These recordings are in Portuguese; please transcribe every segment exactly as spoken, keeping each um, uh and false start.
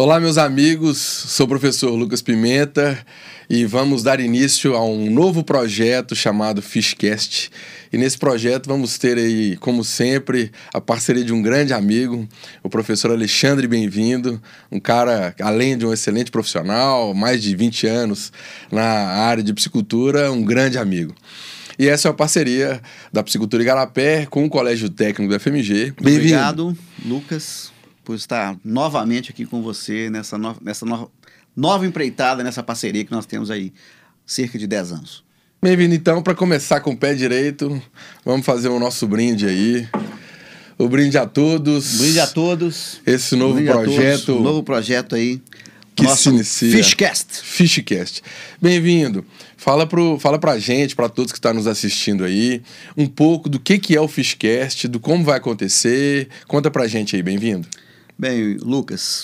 Olá, meus amigos, sou o professor Lucas Pimenta e vamos dar início a um novo projeto chamado Fishcast. E nesse projeto vamos ter aí, como sempre, a parceria de um grande amigo, o professor Alexandre Bem-vindo, um cara, além de um excelente profissional, mais de vinte anos na área de piscicultura, um grande amigo. E essa é a parceria da Piscicultura Igarapé com o Colégio Técnico do F M G. Bem-vindo. Obrigado, Lucas, por estar novamente aqui com você nessa, no... nessa no... nova empreitada, nessa parceria que nós temos aí cerca de dez anos. Bem-vindo, então, para começar com o pé direito, vamos fazer o nosso brinde aí. O brinde a todos. Brinde a todos. Esse novo brinde projeto. Um novo projeto aí. Que se inicia. Fishcast. Fishcast. Bem-vindo. Fala, pro, fala pra gente, para todos que estão nos assistindo aí, um pouco do que, que é o Fishcast, do como vai acontecer. Conta pra gente aí, bem-vindo. Bem, Lucas,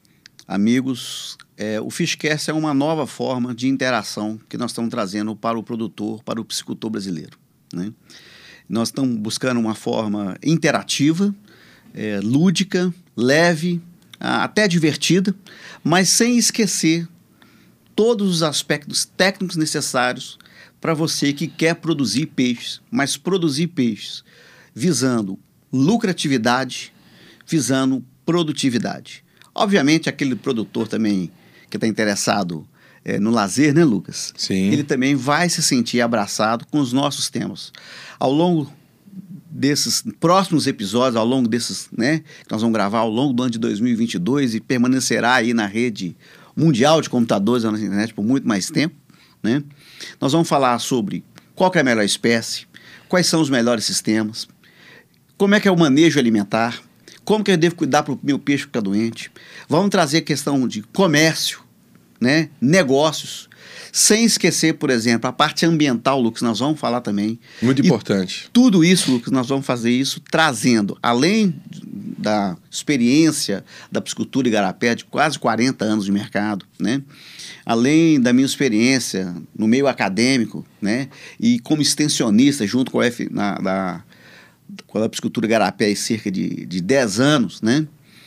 amigos, é, o Fishcast é uma nova forma de interação que nós estamos trazendo para o produtor, para o piscicultor brasileiro, né? Nós estamos buscando uma forma interativa, é, lúdica, leve, até divertida, mas sem esquecer todos os aspectos técnicos necessários para você que quer produzir peixes, mas produzir peixes visando lucratividade, visando produtividade. Obviamente, aquele produtor também que está interessado é, no lazer, né, Lucas? Sim. Ele também vai se sentir abraçado com os nossos temas. Ao longo desses próximos episódios, ao longo desses, né, que nós vamos gravar ao longo do ano de dois mil e vinte e dois e permanecerá aí na rede mundial de computadores na internet por muito mais tempo, né? Nós vamos falar sobre qual que é a melhor espécie, quais são os melhores sistemas, como é que é o manejo alimentar, como que eu devo cuidar para o meu peixe ficar doente. Vamos trazer questão de comércio, né, negócios, sem esquecer, por exemplo, a parte ambiental, Lucas, nós vamos falar também. Muito e importante. Tudo isso, Lucas, nós vamos fazer isso trazendo, além da experiência da piscicultura Igarapé, de quase quarenta anos de mercado, né? Além da minha experiência no meio acadêmico, né, e como extensionista junto com a, F, na, da, com a piscicultura Igarapé há cerca de, de dez anos, né?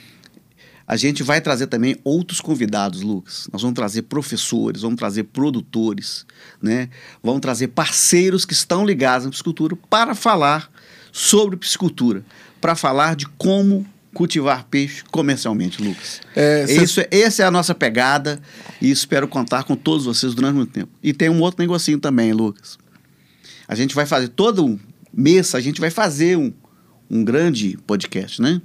A gente vai trazer também outros convidados, Lucas. Nós vamos trazer professores, vamos trazer produtores, né? Vamos trazer parceiros que estão ligados à piscicultura para falar sobre piscicultura, para falar de como cultivar peixe comercialmente, Lucas. É, cê... Isso, essa é a nossa pegada e espero contar com todos vocês durante muito tempo. E tem um outro negocinho também, Lucas. A gente vai fazer todo mês, a gente vai fazer um, um grande podcast, né?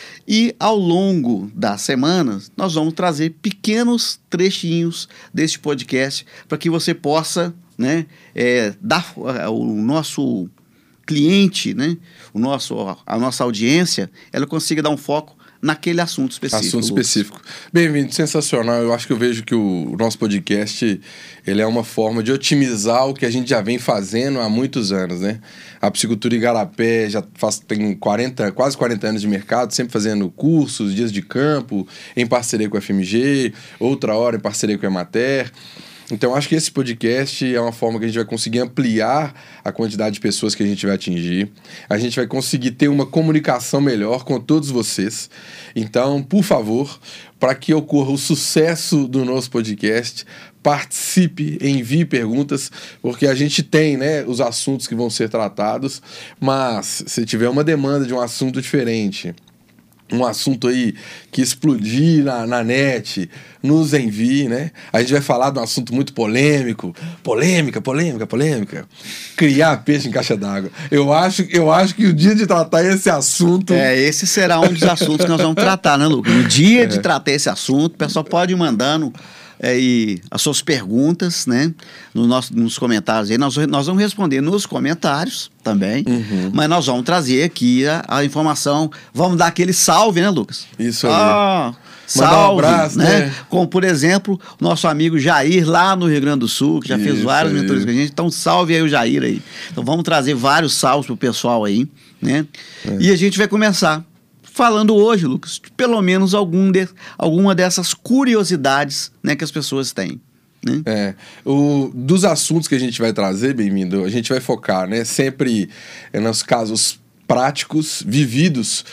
E ao longo das semanas, nós vamos trazer pequenos trechinhos deste podcast para que você possa, né, é, dar o nosso cliente, né, o nosso, a nossa audiência, ela consiga dar um foco naquele assunto específico. Assunto específico. Bem-vindo, sensacional. Eu acho que eu vejo que o, o nosso podcast ele é uma forma de otimizar o que a gente já vem fazendo há muitos anos, né? A Piscicultura Igarapé já faz, tem quarenta, quase quarenta anos de mercado, sempre fazendo cursos, dias de campo, em parceria com a F M G, outra hora em parceria com a Emater. Então, acho que esse podcast é uma forma que a gente vai conseguir ampliar a quantidade de pessoas que a gente vai atingir. A gente vai conseguir ter uma comunicação melhor com todos vocês. Então, por favor, para que ocorra o sucesso do nosso podcast, participe, envie perguntas, porque a gente tem, né, os assuntos que vão ser tratados, mas se tiver uma demanda de um assunto diferente, um assunto aí que explodir na, na net, nos envie, né? A gente vai falar de um assunto muito polêmico. Polêmica, polêmica, polêmica. Criar peixe em caixa d'água. Eu acho, eu acho que o dia de tratar esse assunto... É, esse será um dos assuntos que nós vamos tratar, né, Lucas? No dia é. de tratar esse assunto, o pessoal pode ir mandando é, e as suas perguntas, né, no nosso, nos comentários aí. Nós, nós vamos responder nos comentários também, uhum. mas nós vamos trazer aqui a, a informação. Vamos dar aquele salve, né, Lucas? Isso aí. Ah, salve, um abraço, né? né? Como, por exemplo, o nosso amigo Jair, lá no Rio Grande do Sul, que já fez Isso várias aí. mentorias com a gente. Então, salve aí o Jair aí. Então, vamos trazer vários salves pro pessoal aí, né? É. E a gente vai começar falando hoje, Lucas, de pelo menos algum de, alguma dessas curiosidades, né, que as pessoas têm. Né? É, o, dos assuntos que a gente vai trazer, bem-vindo, a gente vai focar, né, sempre nos casos práticos, vividos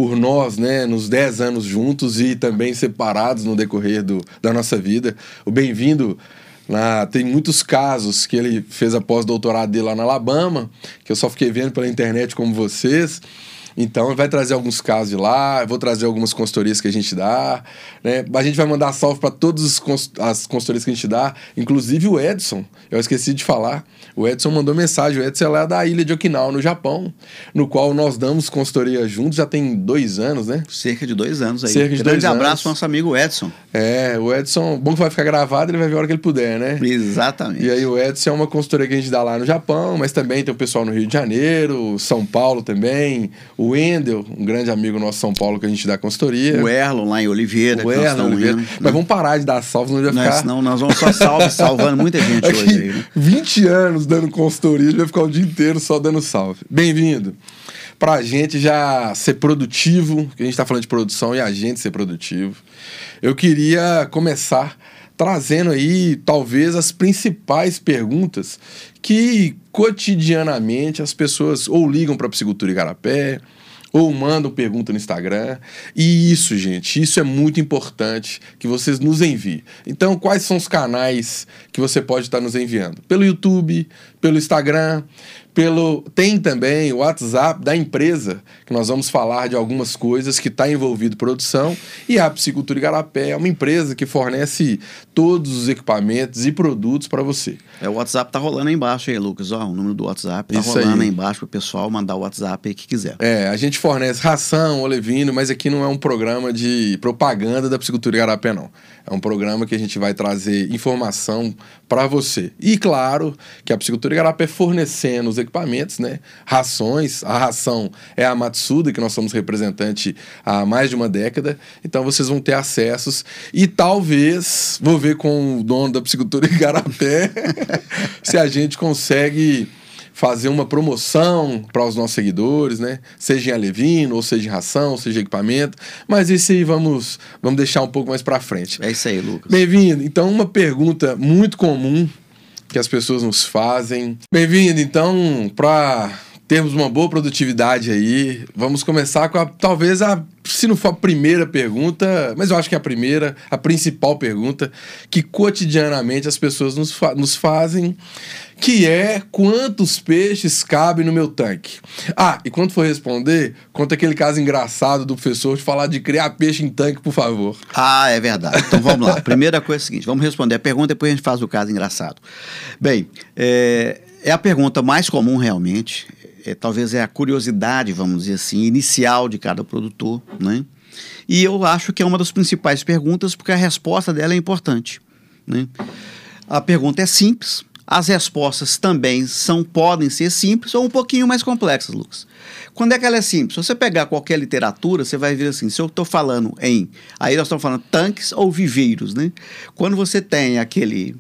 por nós, né, nos dez anos juntos e também separados no decorrer do, da nossa vida. O Bem-vindo, na, tem muitos casos que ele fez a pós-doutorado dele lá na Alabama, que eu só fiquei vendo pela internet como vocês. Então, vai trazer alguns casos de lá, eu vou trazer algumas consultorias que a gente dá, né? A gente vai mandar salve para todas as consultorias que a gente dá, inclusive o Edson, eu esqueci de falar, o Edson mandou mensagem, o Edson é lá da ilha de Okinawa, no Japão, no qual nós damos consultoria juntos, já tem dois anos, né? Cerca de dois anos aí. Cerca de Grande dois abraço anos. ao nosso amigo Edson. É, o Edson, bom que vai ficar gravado, ele vai ver a hora que ele puder, né? Exatamente. E aí o Edson é uma consultoria que a gente dá lá no Japão, mas também tem o pessoal no Rio de Janeiro, São Paulo também, o Wendel, um grande amigo nosso São Paulo que a gente dá consultoria. O Erlon lá em Oliveira. O Erlon, Oliveira. Indo, mas vamos parar de dar salve, senão vai ficar... Senão nós vamos só salve, salvando muita gente Aqui, hoje aí, né? vinte anos dando consultoria, a gente vai ficar o dia inteiro só dando salve. Bem-vindo. Pra gente já ser produtivo, que a gente tá falando de produção e a gente ser produtivo, eu queria começar trazendo aí, talvez, as principais perguntas que, cotidianamente, as pessoas ou ligam para a Psicultura Igarapé, ou mandam pergunta no Instagram. E isso, gente, isso é muito importante que vocês nos enviem. Então, quais são os canais que você pode estar nos enviando? Pelo YouTube, pelo Instagram, pelo... tem também o WhatsApp da empresa, que nós vamos falar de algumas coisas que está envolvido em produção. E a Psicultura Igarapé é uma empresa que fornece todos os equipamentos e produtos para você. É, o WhatsApp tá rolando aí embaixo aí, Lucas. Ó, o número do WhatsApp tá Isso rolando aí. aí embaixo para o pessoal mandar o WhatsApp aí que quiser. É, a gente fornece ração, olevino, mas aqui não é um programa de propaganda da Psicultura Igarapé, não. É um programa que a gente vai trazer informação para você. E claro que a Psicultura Igarapé fornecendo os equipamentos, né? Rações, a ração é a Matsuda, que nós somos representante há mais de uma década, então vocês vão ter acessos e talvez, vou ver com o dono da Psicultura Igarapé se a gente consegue fazer uma promoção para os nossos seguidores, né? Seja em alevino, ou seja em ração, ou seja em equipamento. Mas isso aí vamos, vamos deixar um pouco mais para frente. É isso aí, Lucas. Bem-vindo. Então, uma pergunta muito comum que as pessoas nos fazem. Bem-vindo, então, para termos uma boa produtividade aí, vamos começar com a, talvez a, se não for a primeira pergunta, mas eu acho que é a primeira, a principal pergunta que cotidianamente as pessoas nos, fa- nos fazem, que é quantos peixes cabem no meu tanque? Ah, e quando for responder, conta aquele caso engraçado do professor de falar de criar peixe em tanque, por favor. Ah, é verdade. Então vamos lá. Primeira coisa é a seguinte, vamos responder a pergunta, depois a gente faz o caso engraçado. Bem, é, é a pergunta mais comum realmente, é, talvez é a curiosidade, vamos dizer assim, inicial de cada produtor, né? E eu acho que é uma das principais perguntas, porque a resposta dela é importante, né? A pergunta é simples, as respostas também são, podem ser simples ou um pouquinho mais complexas, Lucas. Quando é que ela é simples? Se você pegar qualquer literatura, você vai ver assim, se eu estou falando em... Aí nós estamos falando tanques ou viveiros, né? Quando você tem aquele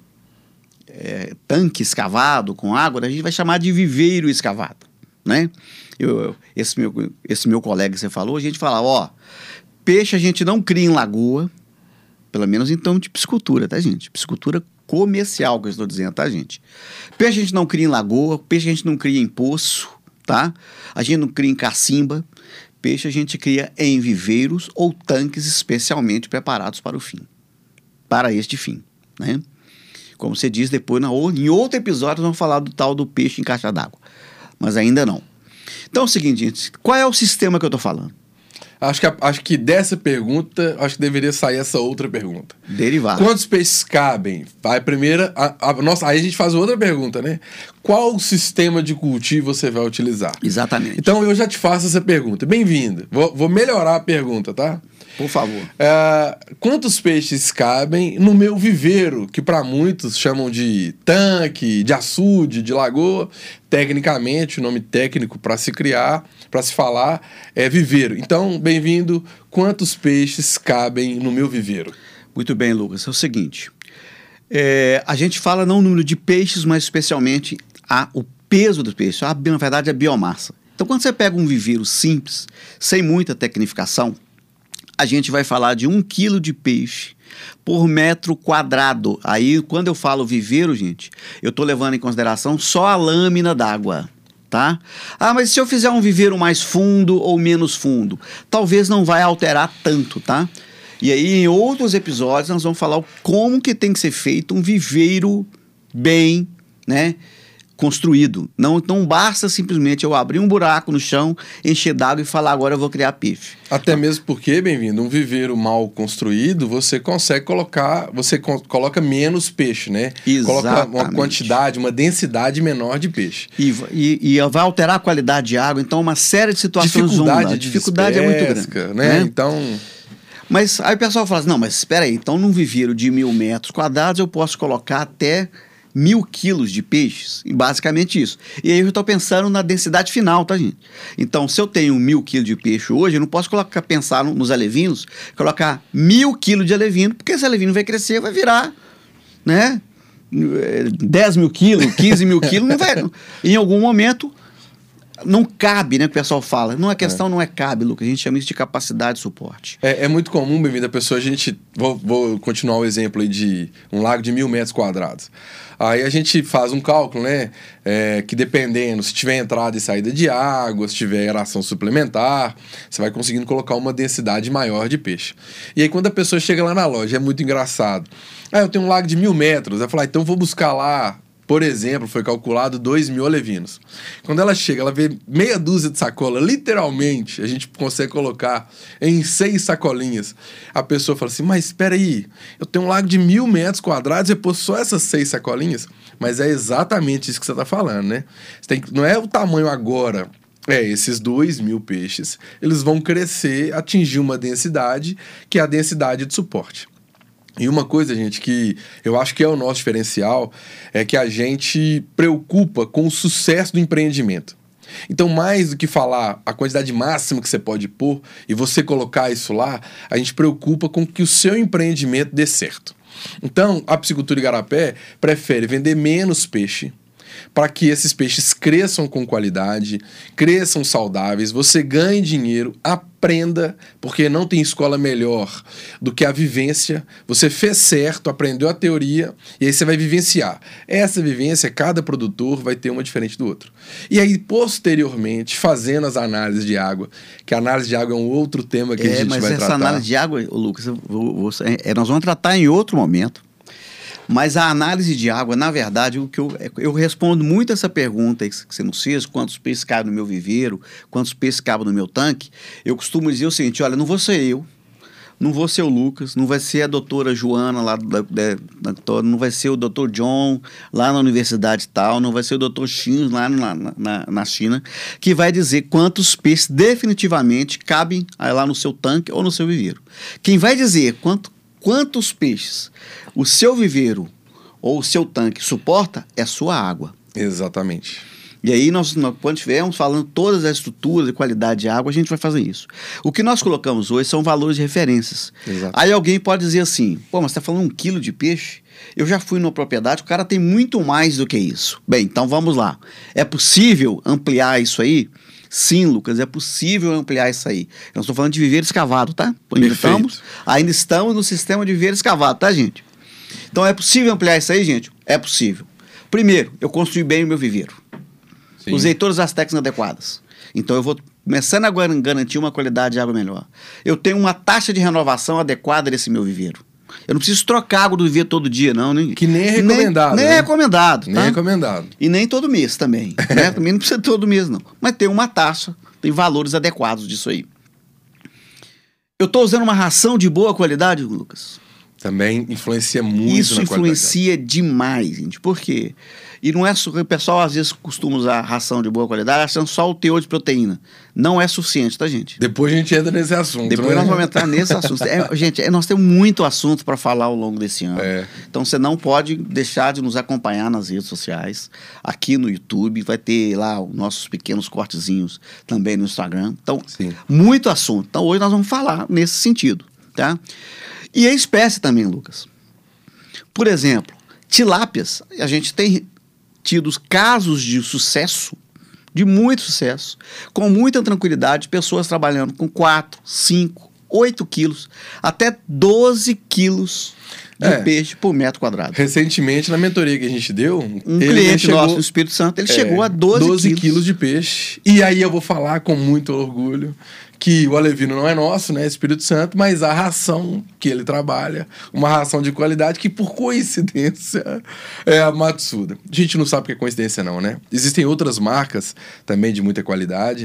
é, tanque escavado com água, a gente vai chamar de viveiro escavado, né? Eu, esse, meu, esse meu colega que você falou, a gente fala, ó, peixe a gente não cria em lagoa, pelo menos então de piscicultura, tá, gente? Piscicultura comercial que eu estou dizendo, tá, gente? Peixe a gente não cria em lagoa, peixe a gente não cria em poço, tá? A gente não cria em cacimba, peixe a gente cria em viveiros ou tanques especialmente preparados para o fim, para este fim, né? Como você diz depois, na, em outro episódio, nós vamos falar do tal do peixe em caixa d'água, mas ainda não. Então é o seguinte, gente, qual é o sistema que eu estou falando? Acho que, acho que dessa pergunta, acho que deveria sair essa outra pergunta. Derivado. Quantos peixes cabem? A primeira, a, a, nossa, aí a gente faz outra pergunta, né? Qual sistema de cultivo você vai utilizar? Exatamente. Então eu já te faço essa pergunta. Bem-vindo. Vou, vou melhorar a pergunta, tá? Por favor. É, quantos peixes cabem no meu viveiro, que para muitos chamam de tanque, de açude, de lagoa? Tecnicamente, o nome técnico para se criar, para se falar, é viveiro. Então, bem-vindo. Quantos peixes cabem no meu viveiro? Muito bem, Lucas. É o seguinte, é, a gente fala não o número de peixes, mas especialmente a, o peso dos peixes, a, na verdade a biomassa. Então, quando você pega um viveiro simples, sem muita tecnificação, a gente vai falar de um quilo de peixe por metro quadrado. Aí, quando eu falo viveiro, gente, eu estou levando em consideração só a lâmina d'água, tá? Ah, mas se eu fizer um viveiro mais fundo ou menos fundo? Talvez não vai alterar tanto, tá? E aí, em outros episódios, nós vamos falar como que tem que ser feito um viveiro bem, né, construído. Não, não basta simplesmente eu abrir um buraco no chão, encher d'água e falar agora eu vou criar peixe. Até mesmo porque, bem-vindo, um viveiro mal construído, você consegue colocar, você co coloca menos peixe, né? Exatamente. Coloca uma quantidade, uma densidade menor de peixe. E, e, e vai alterar a qualidade de água, então uma série de situações dificuldade vão de dificuldade é muito grande, né? né? Então... Mas aí o pessoal fala assim, não, mas espera aí, então num viveiro de mil metros quadrados eu posso colocar até mil quilos de peixes, e basicamente isso. E aí eu estou pensando na densidade final, tá, gente? Então, se eu tenho mil quilos de peixe hoje, eu não posso colocar, pensar nos alevinos, colocar mil quilos de alevino, porque esse alevino vai crescer, vai virar, né, dez mil quilos, quinze mil quilos, não vai, em algum momento... Não cabe, né? Que o pessoal fala. Não, a questão é. não é cabe, Lucas. A gente chama isso de capacidade de suporte. É, é muito comum, bem-vindo, a pessoa, a gente... Vou, vou continuar o exemplo aí de um lago de mil metros quadrados. Aí a gente faz um cálculo, né? É, que dependendo, se tiver entrada e saída de água, se tiver aeração suplementar, você vai conseguindo colocar uma densidade maior de peixe. E aí quando a pessoa chega lá na loja, é muito engraçado. Ah, eu tenho um lago de mil metros. Ela fala, ah, então vou buscar lá... Por exemplo, foi calculado dois mil alevinos. Quando ela chega, ela vê meia dúzia de sacola, literalmente, a gente consegue colocar em seis sacolinhas. A pessoa fala assim, mas espera aí, eu tenho um lago de mil metros quadrados e eu pôs só essas seis sacolinhas? Mas é exatamente isso que você está falando, né? Você tem, não é o tamanho agora... É, esses dois mil peixes, eles vão crescer, atingir uma densidade, que é a densidade de suporte. E uma coisa, gente, que eu acho que é o nosso diferencial é que a gente preocupa com o sucesso do empreendimento. Então, mais do que falar a quantidade máxima que você pode pôr e você colocar isso lá, a gente preocupa com que o seu empreendimento dê certo. Então, a Piscicultura Igarapé prefere vender menos peixe, para que esses peixes cresçam com qualidade, cresçam saudáveis, você ganhe dinheiro, aprenda, porque não tem escola melhor do que a vivência. Você fez certo, aprendeu a teoria, e aí você vai vivenciar. Essa vivência, cada produtor vai ter uma diferente do outro. E aí, posteriormente, fazendo as análises de água, que a análise de água é um outro tema que é, a gente vai tratar. Mas essa análise de água, Lucas, eu vou, vou, é, nós vamos tratar em outro momento. Mas a análise de água, na verdade, o que eu, eu respondo muito essa pergunta que você nos fez, quantos peixes cabem no meu viveiro, quantos peixes cabem no meu tanque, eu costumo dizer o seguinte, olha, não vou ser eu, não vou ser o Lucas, não vai ser a doutora Joana lá, da, da, da, não vai ser o doutor John lá na universidade tal, não vai ser o doutor Xin lá na, na, na China, que vai dizer quantos peixes definitivamente cabem lá no seu tanque ou no seu viveiro. Quem vai dizer quanto Quantos peixes o seu viveiro ou o seu tanque suporta é a sua água. Exatamente. E aí, nós, nós, quando estivermos falando todas as estruturas e qualidade de água, a gente vai fazer isso. O que nós colocamos hoje são valores de referências. Exato. Aí alguém pode dizer assim, pô, mas você está falando um quilo de peixe? Eu já fui numa propriedade, o cara tem muito mais do que isso. Bem, então vamos lá. É possível ampliar isso aí? Sim, Lucas, é possível ampliar isso aí. Nós estamos falando de viveiro escavado, tá? Ainda estamos, ainda estamos no sistema de viveiro escavado, tá, gente? Então, é possível ampliar isso aí, gente? É possível. Primeiro, eu construí bem o meu viveiro. Sim. Usei todas as técnicas adequadas. Então, eu vou começando a garantir uma qualidade de água melhor. Eu tenho uma taxa de renovação adequada desse meu viveiro. Eu não preciso trocar água do viveiro todo dia, não. Nem, que nem é recomendado. Nem, nem né? é recomendado. Nem tá? é recomendado. E nem todo mês também. Né? Também não precisa todo mês, não. Mas tem uma taxa, tem valores adequados disso aí. Eu estou usando uma ração de boa qualidade, Lucas? Também influencia muito Isso na influencia demais, gente. Por quê? E não é o pessoal às vezes costuma usar ração de boa qualidade achando só o teor de proteína. Não é suficiente, tá, gente? Depois a gente entra nesse assunto. Depois né? nós vamos entrar nesse assunto. É, gente, é, nós temos muito assunto para falar ao longo desse ano. É. Então você não pode deixar de nos acompanhar nas redes sociais, aqui no YouTube, vai ter lá os nossos pequenos cortezinhos também no Instagram. Então, Sim. muito assunto. Então hoje nós vamos falar nesse sentido, tá? E a espécie também, Lucas. Por exemplo, tilápias, a gente tem tido casos de sucesso, de muito sucesso, com muita tranquilidade, pessoas trabalhando com quatro, cinco, oito quilos, até doze quilos de É. peixe por metro quadrado. Recentemente, na mentoria que a gente deu, Um ele cliente chegou, nosso no Espírito Santo, ele é, chegou a doze quilos. quilos de peixe. E aí eu vou falar com muito orgulho que o alevino não é nosso, né, Espírito Santo, mas a ração que ele trabalha, uma ração de qualidade que, por coincidência, é a Matsuda. A gente não sabe que é coincidência não, né? Existem outras marcas também de muita qualidade,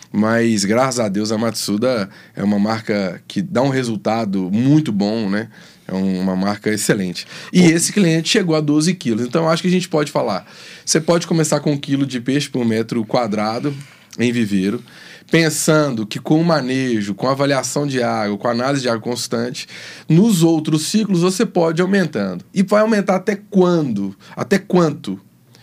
mas graças a Deus a Matsuda é uma marca que dá um resultado muito bom, né? É uma marca excelente. E esse cliente chegou a doze quilos. Então, eu acho que a gente pode falar. Você pode começar com um quilo de peixe por metro quadrado em viveiro, pensando que com o manejo, com a avaliação de água, com a análise de água constante, nos outros ciclos você pode ir aumentando. E vai aumentar até quando? Até quanto?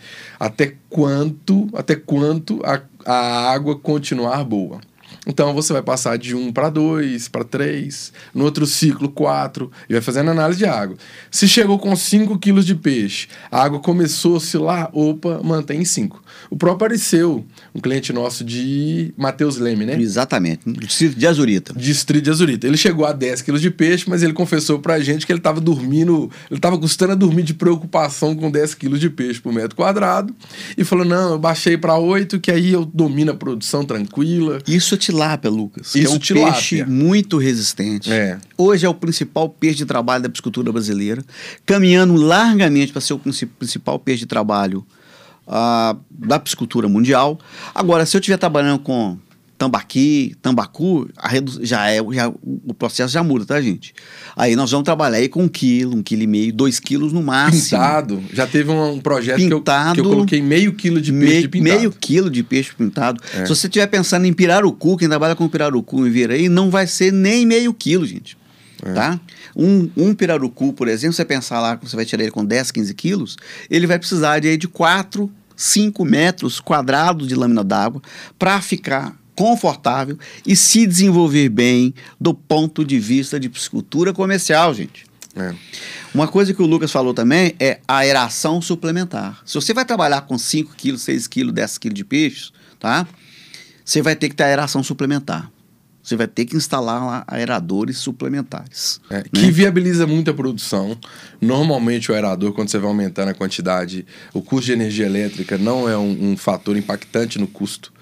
Até quanto, até quanto a, a água continuar boa. Então você vai passar de um para dois, para três, no outro ciclo quatro, e vai fazendo análise de água. Se chegou com cinco quilos de peixe, a água começou a oscilar, opa, mantém em cinco. O próprio Ariceu, um cliente nosso de Matheus Leme, né? Exatamente, distrito de Azurita. Distrito de Azurita. Ele chegou a dez quilos de peixe, mas ele confessou pra gente que ele estava dormindo, ele estava custando a dormir de preocupação com dez quilos de peixe por metro quadrado, e falou, não, eu baixei para oito, que aí eu domino a produção tranquila. Isso é tilápia, Lucas. Isso, é um tilápia. peixe muito resistente. É. Hoje é o principal peixe de trabalho da piscicultura brasileira, caminhando largamente para ser o principal peixe de trabalho uh, da piscicultura mundial. Agora, se eu estiver trabalhando com tambaqui, tambacu, a redu... já é, já, o processo já muda, tá, gente? Aí nós vamos trabalhar aí com um quilo, um quilo e meio, dois quilos no máximo. Pintado. Já teve um, um projeto pintado, que, eu, que eu coloquei meio quilo de peixe meio, de pintado. Meio quilo de peixe pintado. É. Se você estiver pensando em pirarucu, quem trabalha com pirarucu e vira aí, não vai ser nem meio quilo, gente. É. Tá? Um, um pirarucu, por exemplo, você pensar lá que você vai tirar ele com dez, quinze quilos, ele vai precisar de, de quatro, cinco metros quadrados de lâmina d'água para ficar confortável e se desenvolver bem do ponto de vista de piscicultura comercial, gente. É. Uma coisa que o Lucas falou também é a aeração suplementar. Se você vai trabalhar com cinco quilos, seis quilos, dez quilos de peixes, tá? Você vai ter que ter aeração suplementar. Você vai ter que instalar lá aeradores suplementares. É, né? Que viabiliza muito a produção. Normalmente o aerador, quando você vai aumentando a quantidade, o custo de energia elétrica não é um, um fator impactante no custo.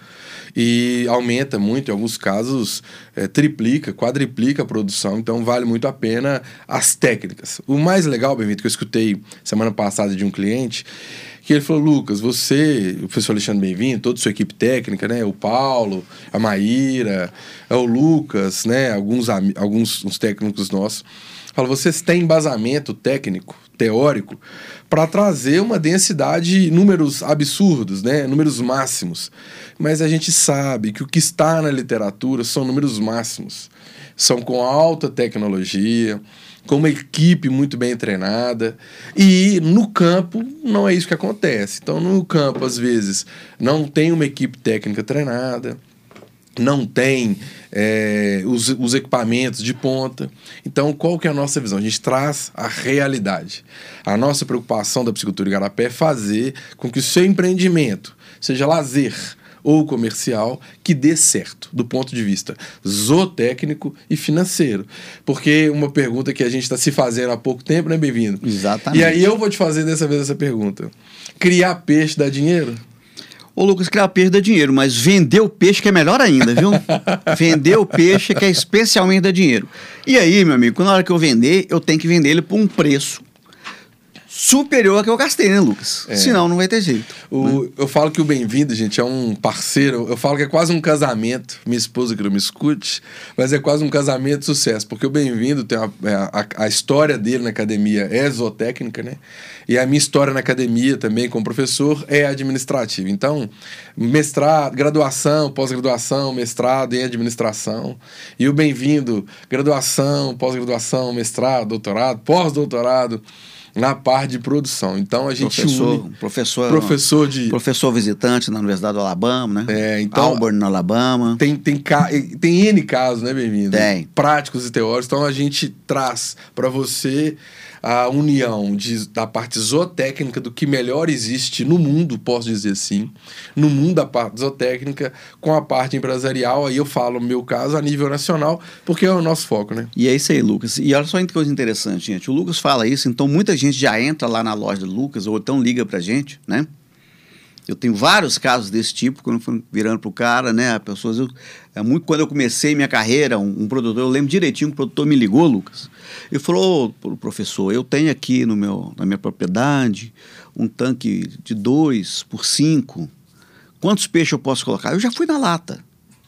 E aumenta muito, em alguns casos é, triplica, quadriplica a produção, então vale muito a pena as técnicas. O mais legal, Bem-vindo, que eu escutei semana passada de um cliente, que ele falou, Lucas, você, o professor Alexandre Bem-vindo, toda a sua equipe técnica, né, o Paulo, a Maíra, o Lucas, né, alguns, alguns uns técnicos nossos, fala, vocês têm embasamento técnico, teórico, para trazer uma densidade, números absurdos, né? Números máximos. Mas a gente sabe que o que está na literatura são números máximos. São com alta tecnologia, com uma equipe muito bem treinada. E no campo não é isso que acontece. Então, no campo, às vezes, não tem uma equipe técnica treinada, não tem é, os, os equipamentos de ponta. Então, qual que é a nossa visão? A gente traz a realidade. A nossa preocupação da Piscicultura Igarapé é fazer com que o seu empreendimento, seja lazer ou comercial, que dê certo, do ponto de vista zootécnico e financeiro. Porque uma pergunta que a gente está se fazendo há pouco tempo, né, Bem-vindo? Exatamente. E aí eu vou te fazer dessa vez essa pergunta. Criar peixe dá dinheiro? Ô, Lucas, criar peixe dá dinheiro, mas vender o peixe que é melhor ainda, viu? Vender o peixe que é especialmente dá dinheiro. E aí, meu amigo, na hora que eu vender, eu tenho que vender ele por um preço superior ao que eu gastei, né, Lucas? É. Senão não vai ter jeito. O, né? Eu falo que o Bem-vindo, gente, é um parceiro. Eu falo que é quase um casamento. Minha esposa que não me escute, mas é quase um casamento de sucesso. Porque o Bem-vindo tem uma, a, a história dele na academia é zootécnica, né? E a minha história na academia também, como professor, é administrativa. Então, mestrado, graduação, pós-graduação, mestrado em administração. E o Bem-vindo, graduação, pós-graduação, mestrado, doutorado, pós-doutorado na parte de produção. Então a gente professor, une... Professor, professor de... Professor visitante na Universidade do Alabama, né? É, então... Auburn, no Alabama. Tem, tem, ca... tem N casos, né, Bem-vindo? Tem. Práticos e teóricos. Então a gente traz para você a união de, da parte zootécnica do que melhor existe no mundo, posso dizer assim, no mundo da parte zootécnica, com a parte empresarial. Aí eu falo, no meu caso, a nível nacional, porque é o nosso foco, né? E é isso aí, Lucas. E olha só que coisa interessante, gente. O Lucas fala isso, então muita gente já entra lá na loja do Lucas, ou então liga pra gente, né? Eu tenho vários casos desse tipo, quando eu fui virando pro cara, né? A pessoas, eu, é muito quando eu comecei minha carreira, um, um produtor, eu lembro direitinho que o produtor me ligou, Lucas, e falou: ô, professor, eu tenho aqui no meu, na minha propriedade um tanque de dois por cinco. Quantos peixes eu posso colocar? Eu já fui na lata.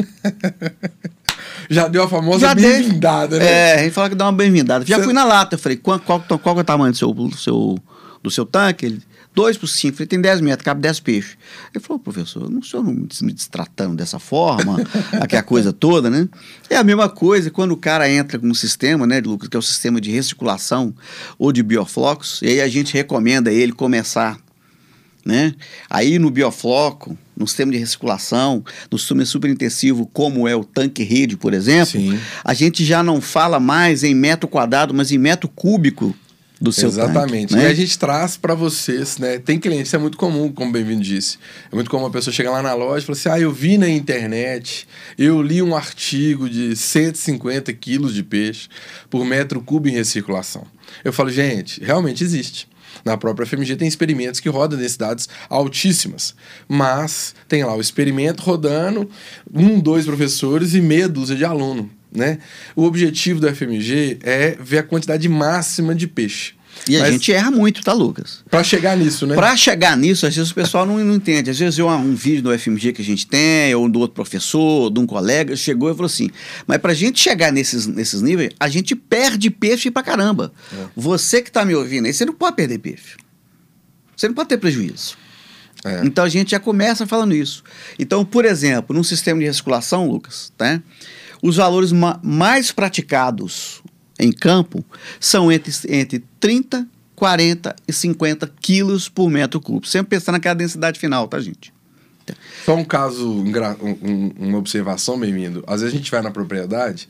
Já deu a famosa bem-vindada, né? É, a gente fala que dá uma bem-vindada. Já Cê... fui na lata. Eu falei, qual, qual, qual é o tamanho do seu, do seu, do seu tanque? Ele, dois por cinco. Eu falei, tem dez metros, cabe dez peixes. Ele falou, professor, não o senhor não me destratando dessa forma, aqui a coisa toda, né? É a mesma coisa quando o cara entra com um sistema, né, Lucas, que é o sistema de recirculação ou de bioflocos, e aí a gente recomenda ele começar, né? Aí no biofloco, no sistema de recirculação, no sistema super intensivo, como é o tanque-rede, por exemplo, Sim. a gente já não fala mais em metro quadrado, mas em metro cúbico do seu Exatamente. tanque, né? E a gente traz para vocês, né? Tem clientes, isso é muito comum, como o Bem-vindo disse. É muito comum uma pessoa chegar lá na loja e falar assim, ah, eu vi na internet, eu li um artigo de cento e cinquenta quilos de peixe por metro cúbico em recirculação. Eu falo, gente, realmente existe. Na própria F M G tem experimentos que rodam densidades altíssimas, mas tem lá o experimento rodando, um, dois professores e meia dúzia de aluno, né? O objetivo do F M G é ver a quantidade máxima de peixe. E a mas, gente erra muito, tá, Lucas? Para chegar nisso, né? Para chegar nisso, às vezes o pessoal não, não entende. Às vezes eu, um vídeo do F M G que a gente tem, ou do outro professor, ou de um colega, chegou e falou assim, mas para a gente chegar nesses, nesses níveis, a gente perde peixe pra caramba. É. Você que tá me ouvindo aí, você não pode perder peixe. Você não pode ter prejuízo. É. Então a gente já começa falando isso. Então, por exemplo, num sistema de recirculação, Lucas, tá? Os valores ma mais praticados em campo são entre, entre trinta, quarenta e cinquenta quilos por metro cúbico. Sempre pensando naquela densidade final, tá, gente? Só um caso, um, uma observação, bem-vindo. Às vezes a gente vai na propriedade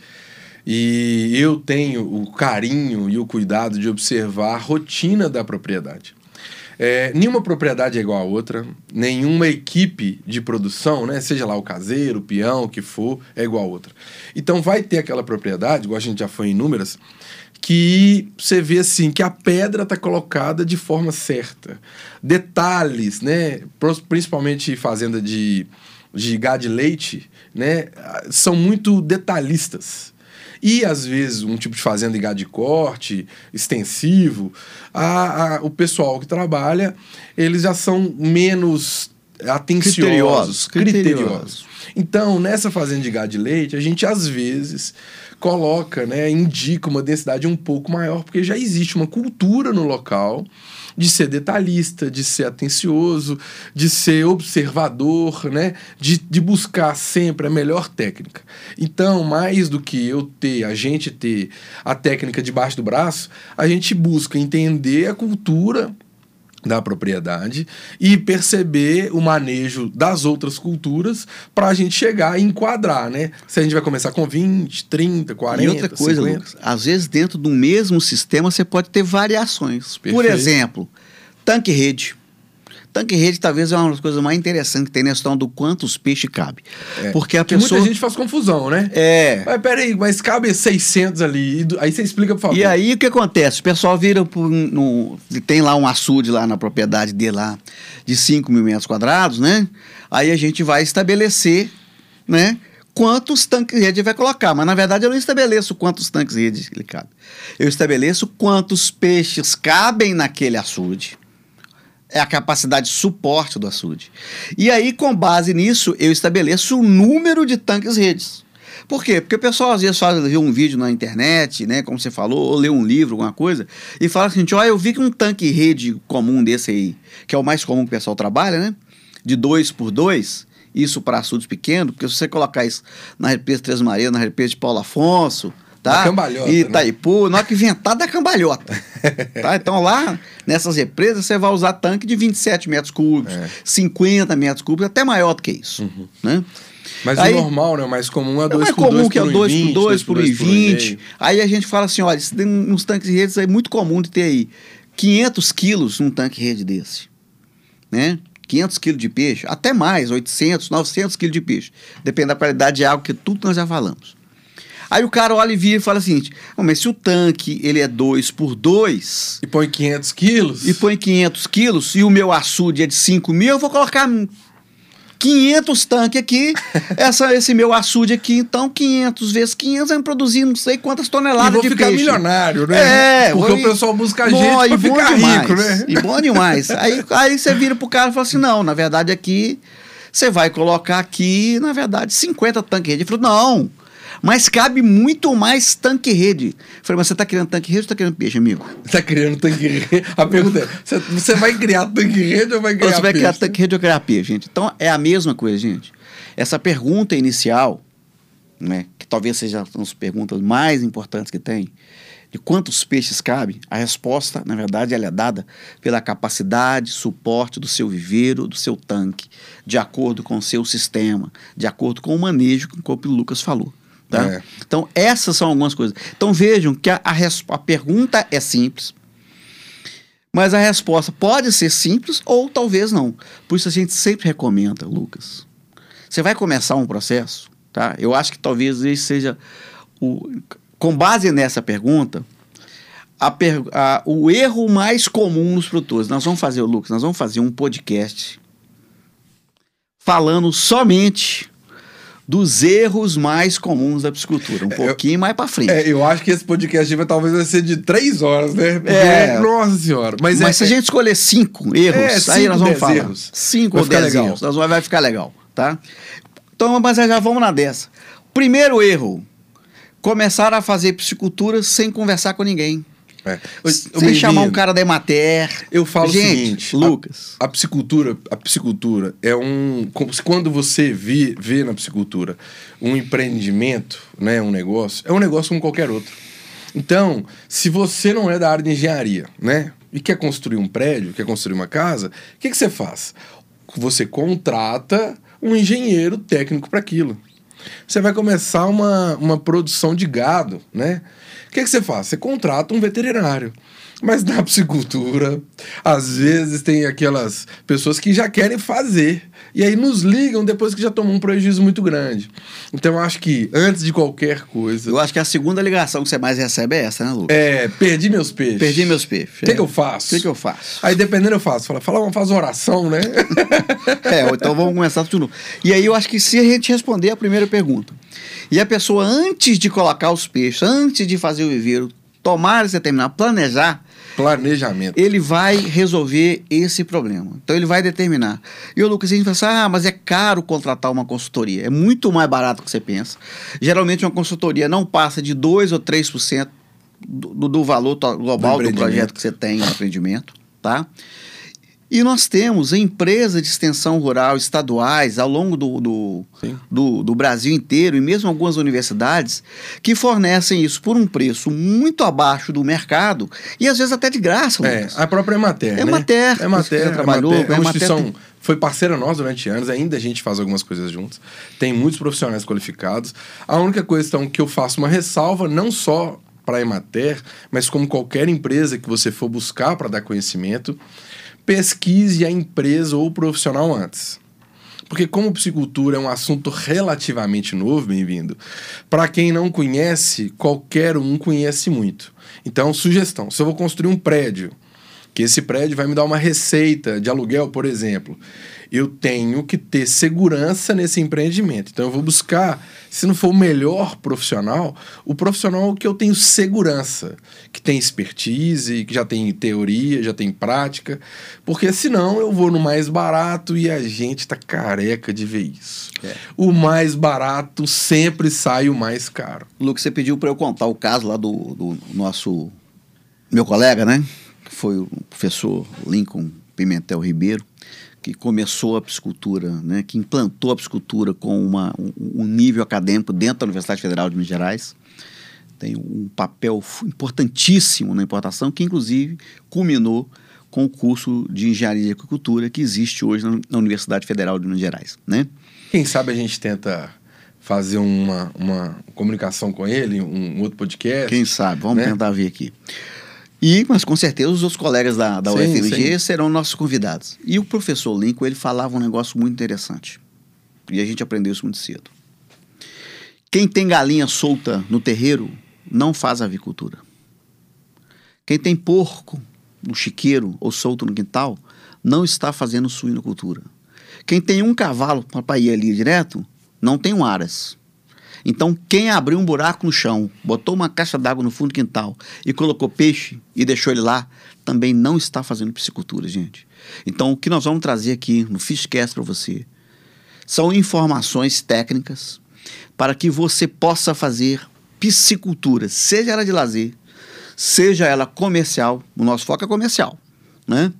e eu tenho o carinho e o cuidado de observar a rotina da propriedade. É, nenhuma propriedade é igual a outra, nenhuma equipe de produção, né, seja lá o caseiro, o peão, o que for, é igual a outra. Então vai ter aquela propriedade, igual a gente já foi em inúmeras, que você vê assim, que a pedra está colocada de forma certa. Detalhes, né, principalmente fazenda de, de gado de leite, né, são muito detalhistas. E, às vezes, um tipo de fazenda de gado de corte, extensivo, a, a, o pessoal que trabalha, eles já são menos atenciosos, criteriosos. criteriosos. Então, nessa fazenda de gado de leite, a gente, às vezes, coloca, né, indica uma densidade um pouco maior, porque já existe uma cultura no local de ser detalhista, de ser atencioso, de ser observador, né? de, de buscar sempre a melhor técnica. Então, mais do que eu ter, a gente ter a técnica debaixo do braço, a gente busca entender a cultura da propriedade e perceber o manejo das outras culturas para a gente chegar e enquadrar, né? Se a gente vai começar com vinte, trinta, quarenta, e outra coisa, cinquenta. Lucas, às vezes dentro do mesmo sistema você pode ter variações. Perfeito. Por exemplo, tanque-rede. Tanque-rede talvez é uma das coisas mais interessantes que tem na questão do quantos peixes cabe. É. Porque a pessoa... muita gente faz confusão, né? É. Mas peraí, mas cabe seiscentos ali. Aí você explica, por favor. E aí o que acontece? O pessoal vira por... No, tem lá um açude lá na propriedade dele lá de cinco mil metros quadrados, né? Aí a gente vai estabelecer, né? Quantos tanques-rede vai colocar. Mas na verdade eu não estabeleço quantos tanques-rede ele cabe. Eu estabeleço quantos peixes cabem naquele açude. É a capacidade de suporte do açude. E aí, com base nisso, eu estabeleço o número de tanques-redes. Por quê? Porque o pessoal às vezes faz, vê um vídeo na internet, né, como você falou, ou lê um livro, alguma coisa, e fala assim, ó, eu vi que um tanque-rede comum desse aí, que é o mais comum que o pessoal trabalha, né, de dois por dois, isso para açudes pequenos, porque se você colocar isso na represa Três Marias, na represa de Paulo Afonso... Tá? Cambalhota, e Itaipu, na hora que inventar da cambalhota. Tá? Então lá, nessas represas, você vai usar tanque de vinte e sete metros cúbicos, é. cinquenta metros cúbicos, até maior do que isso. Uhum. Né? Mas Aí, o normal, né? O mais comum é dois dois por dois. É mais comum que é dois por dois por um e vinte. Aí a gente fala assim, olha, tem uns tanques de rede, é muito comum de ter aí quinhentos quilos num tanque de rede desse, né? quinhentos quilos de peixe, até mais, oitocentos, novecentos quilos de peixe. Depende da qualidade de água, que tudo nós já falamos. Aí o cara olha e vira e fala o seguinte, oh, mas se o tanque ele é dois por dois... E põe quinhentos quilos? E põe quinhentos quilos, e o meu açude é de cinco mil, eu vou colocar quinhentos tanques aqui, essa, esse meu açude aqui, então quinhentos vezes quinhentos vai me produzir não sei quantas toneladas de peixe. E vou ficar milionário, né? É. Porque vou, o pessoal busca a gente bom, pra ficar demais, rico, né? E bom demais. Aí, aí você vira pro cara e fala assim, não, na verdade aqui, você vai colocar aqui, na verdade, cinquenta tanques de rede. Ele falou, não, mas cabe muito mais tanque-rede. Eu falei, mas você está criando tanque-rede ou está criando peixe, amigo? Você está criando tanque-rede? A pergunta é, você vai criar tanque-rede ou vai criar peixe? Você vai criar tanque-rede ou criar peixe, gente? Então, é a mesma coisa, gente. Essa pergunta inicial, né, que talvez seja uma das perguntas mais importantes que tem, de quantos peixes cabe, a resposta, na verdade, ela é dada pela capacidade, suporte do seu viveiro, do seu tanque, de acordo com o seu sistema, de acordo com o manejo, como o Lucas falou. Tá? É. Então, essas são algumas coisas. Então, vejam que a, a, a pergunta é simples, mas a resposta pode ser simples ou talvez não. Por isso a gente sempre recomenda, Lucas. Você vai começar um processo, tá? Eu acho que talvez esse seja, o, com base nessa pergunta, a per, a, o erro mais comum nos produtores. Nós vamos fazer, Lucas, nós vamos fazer um podcast falando somente dos erros mais comuns da piscicultura. Um pouquinho eu, mais para frente. É, eu acho que esse podcast vai, talvez vai ser de três horas, né? Porque, é, nossa senhora. Mas, mas é, se a gente escolher cinco erros, é, cinco, aí nós vamos falar. Erros. Cinco vai ou dez legal. erros. Nós vamos, vai ficar legal, tá? Então, mas já vamos na dessa. Primeiro erro. Começar a fazer piscicultura sem conversar com ninguém. É. Eu, eu sem chamar um cara da Emater. Eu falo gente, o seguinte, Lucas. A, a piscicultura, a piscicultura é um... Quando você vê, vê na piscicultura um empreendimento, né, um negócio, é um negócio como qualquer outro. Então, se você não é da área de engenharia, né, e quer construir um prédio, quer construir uma casa, o que, que você faz? Você contrata um engenheiro técnico para aquilo. Você vai começar uma, uma produção de gado, né? O que, que você faz? Você contrata um veterinário. Mas na piscicultura, às vezes tem aquelas pessoas que já querem fazer. E aí nos ligam depois que já tomou um prejuízo muito grande. Então eu acho que, antes de qualquer coisa... Eu acho que a segunda ligação que você mais recebe é essa, né, Lucas? É, perdi meus peixes. Perdi meus peixes. O que, é. que eu faço? O que, que eu faço? Aí dependendo eu faço. Fala, fala vamos fazer oração, né? É, então vamos começar tudo novo. E aí eu acho que se a gente responder a primeira pergunta, e a pessoa, antes de colocar os peixes, antes de fazer o viveiro, tomar esse determinado, planejar... Planejamento. Ele vai resolver esse problema. Então, ele vai determinar. E o Lucas, a gente fala assim, ah, mas é caro contratar uma consultoria. É muito mais barato do que você pensa. Geralmente, uma consultoria não passa de dois ou três por cento do, do valor global do, do projeto que você tem no empreendimento, tá? E nós temos empresas de extensão rural estaduais ao longo do, do, do, do Brasil inteiro e mesmo algumas universidades que fornecem isso por um preço muito abaixo do mercado e às vezes até de graça. É, a própria Emater, né? Emater. É Emater, já trabalhou. É uma instituição, Emater... foi parceira nossa durante anos, ainda a gente faz algumas coisas juntos. Tem muitos profissionais qualificados. A única questão que eu faço uma ressalva, não só para a Emater, mas como qualquer empresa que você for buscar para dar conhecimento, pesquise a empresa ou o profissional antes. Porque como piscicultura é um assunto relativamente novo, bem-vindo, para quem não conhece, qualquer um conhece muito. Então, sugestão, se eu vou construir um prédio, que esse prédio vai me dar uma receita de aluguel, por exemplo, eu tenho que ter segurança nesse empreendimento. Então, eu vou buscar, se não for o melhor profissional, o profissional que eu tenho segurança, que tem expertise, que já tem teoria, já tem prática, porque senão eu vou no mais barato e a gente tá careca de ver isso. É. O mais barato sempre sai o mais caro. Lucas, você pediu para eu contar o caso lá do, do nosso, meu colega, né? Que foi o professor Lincoln Pimentel Ribeiro, que começou a piscicultura, né, que implantou a piscicultura com uma, um, um nível acadêmico dentro da Universidade Federal de Minas Gerais. Tem um papel importantíssimo na importação, que inclusive culminou com o curso de Engenharia de Aquicultura que existe hoje na, na Universidade Federal de Minas Gerais, né? Quem sabe a gente tenta fazer uma, uma comunicação com ele, um, um outro podcast. Quem sabe, vamos né? tentar ver aqui. E, mas com certeza os outros colegas da, da sim, U F M G sim. serão nossos convidados. E o professor Lincoln, ele falava um negócio muito interessante. E a gente aprendeu isso muito cedo. Quem tem galinha solta no terreiro não faz avicultura. Quem tem porco no chiqueiro ou solto no quintal não está fazendo suinocultura. Quem tem um cavalo para ir ali direto não tem um aras. Então, quem abriu um buraco no chão, botou uma caixa d'água no fundo do quintal e colocou peixe e deixou ele lá, também não está fazendo piscicultura, gente. Então, o que nós vamos trazer aqui no Fishcast para você são informações técnicas para que você possa fazer piscicultura, seja ela de lazer, seja ela comercial. O nosso foco é comercial, né?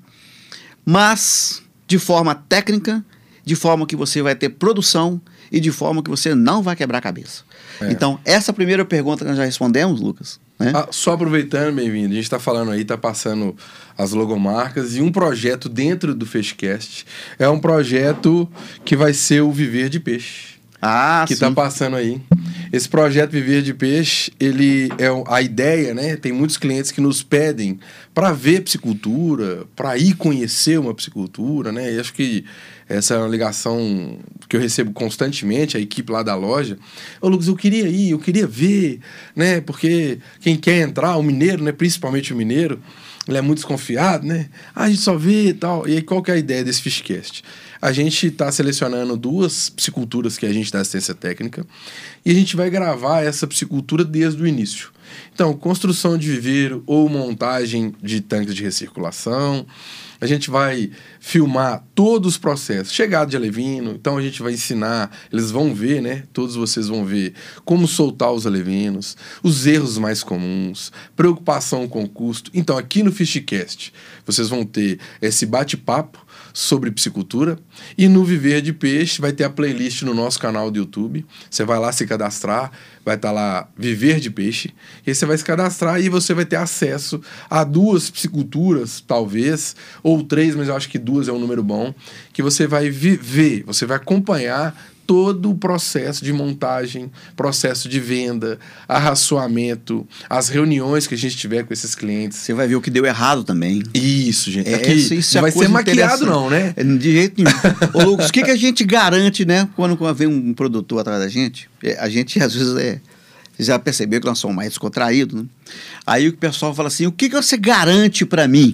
Mas de forma técnica, de forma que você vai ter produção e de forma que você não vai quebrar a cabeça. É. Então, essa primeira pergunta que nós já respondemos, Lucas. Né? Ah, só aproveitando, bem-vindo, a gente está falando aí, está passando as logomarcas e um projeto dentro do Fishcast é um projeto que vai ser o Viver de Peixe. Ah, que sim. está passando aí. Esse projeto Viver de Peixe, ele é a ideia, né? Tem muitos clientes que nos pedem para ver piscicultura, para ir conhecer uma piscicultura, né? E acho que essa é uma ligação que eu recebo constantemente, a equipe lá da loja. Ô, Lucas, eu queria ir, eu queria ver, né? Porque quem quer entrar, o mineiro, né? Principalmente o mineiro, ele é muito desconfiado, né? Ah, a gente só vê e tal. E aí, qual que é a ideia desse Fishcast? A gente está selecionando duas pisciculturas que a gente dá assistência técnica e a gente vai gravar essa piscicultura desde o início. Então, construção de viveiro ou montagem de tanques de recirculação. A gente vai filmar todos os processos. Chegada de alevino, então a gente vai ensinar, eles vão ver, né? Todos vocês vão ver como soltar os alevinos, os erros mais comuns, preocupação com o custo. Então, aqui no Fishcast, vocês vão ter esse bate-papo sobre piscicultura e no Viver de Peixe vai ter a playlist no nosso canal do YouTube. Você vai lá se cadastrar, vai estar lá Viver de Peixe, e aí você vai se cadastrar e você vai ter acesso a duas pisciculturas, talvez, ou três, mas eu acho que duas é um número bom, que você vai ver, você vai acompanhar todo o processo de montagem, processo de venda, arraçoamento, as reuniões que a gente tiver com esses clientes. Você vai ver o que deu errado também. Isso, gente. É, Aqui isso, isso não é vai ser maquiado não, né? De jeito nenhum. Ô, Lucas, o que, que a gente garante, né? Quando, quando vem um produtor atrás da gente, a gente às vezes é... Você já percebeu que nós somos mais descontraídos, né? Aí o pessoal fala assim, o que, que você garante para mim?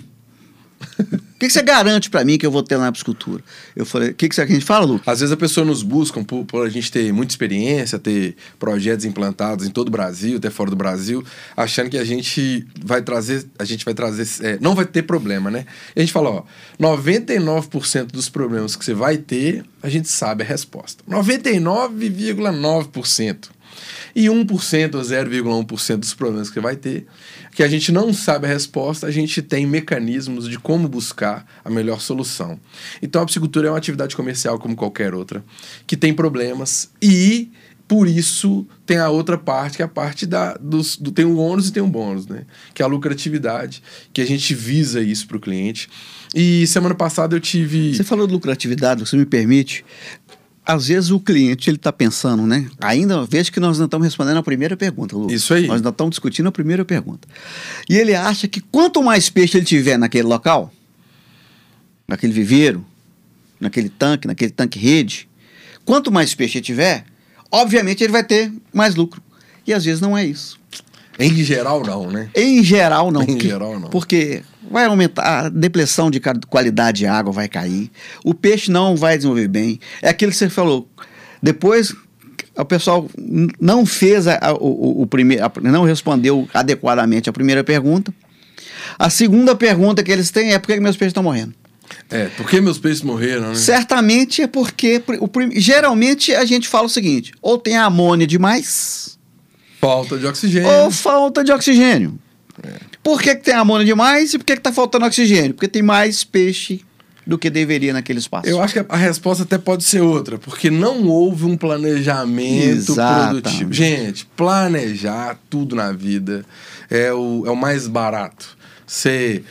O que, que você garante para mim que eu vou ter lá na piscicultura? Eu falei, o que, que a gente fala, Lucas? Às vezes a pessoa nos busca por, por a gente ter muita experiência, ter projetos implantados em todo o Brasil, até fora do Brasil, achando que a gente vai trazer, a gente vai trazer, é, não vai ter problema, né? E a gente fala, ó, noventa e nove por cento dos problemas que você vai ter, a gente sabe a resposta. noventa e nove vírgula nove por cento. E um por cento ou zero vírgula um por cento dos problemas que você vai ter, que a gente não sabe a resposta, a gente tem mecanismos de como buscar a melhor solução. Então, a piscicultura é uma atividade comercial como qualquer outra, que tem problemas e, por isso, tem a outra parte, que é a parte da, dos, do, tem um ônus e tem um bônus, né? Que é a lucratividade, que a gente visa isso para o cliente. E semana passada eu tive... Você falou de lucratividade, você me permite... Às vezes o cliente ele está pensando, né? Ainda veja que nós não estamos respondendo a primeira pergunta, Lucas. Isso aí. Nós não estamos discutindo a primeira pergunta. E ele acha que quanto mais peixe ele tiver naquele local, naquele viveiro, naquele tanque, naquele tanque rede, quanto mais peixe ele tiver, obviamente ele vai ter mais lucro. E às vezes não é isso. Em geral, não, né? Em geral, não. Em geral, não. Porque vai aumentar, a depressão de qualidade de água vai cair, o peixe não vai desenvolver bem. É aquilo que você falou. Depois, o pessoal não fez a, a, o, o primeiro, a, não respondeu adequadamente a primeira pergunta. A segunda pergunta que eles têm é: por que meus peixes estão morrendo? É, por que meus peixes morreram, né? Certamente é porque, o, geralmente a gente fala o seguinte: ou tem amônia demais... Falta de oxigênio. Ou falta de oxigênio. É. Por que, que tem amônia demais e por que está faltando oxigênio? Porque tem mais peixe do que deveria naquele espaço. Eu acho que a resposta até pode ser outra, porque não houve um planejamento Exatamente. produtivo. Gente, planejar tudo na vida é o, é o mais barato. Você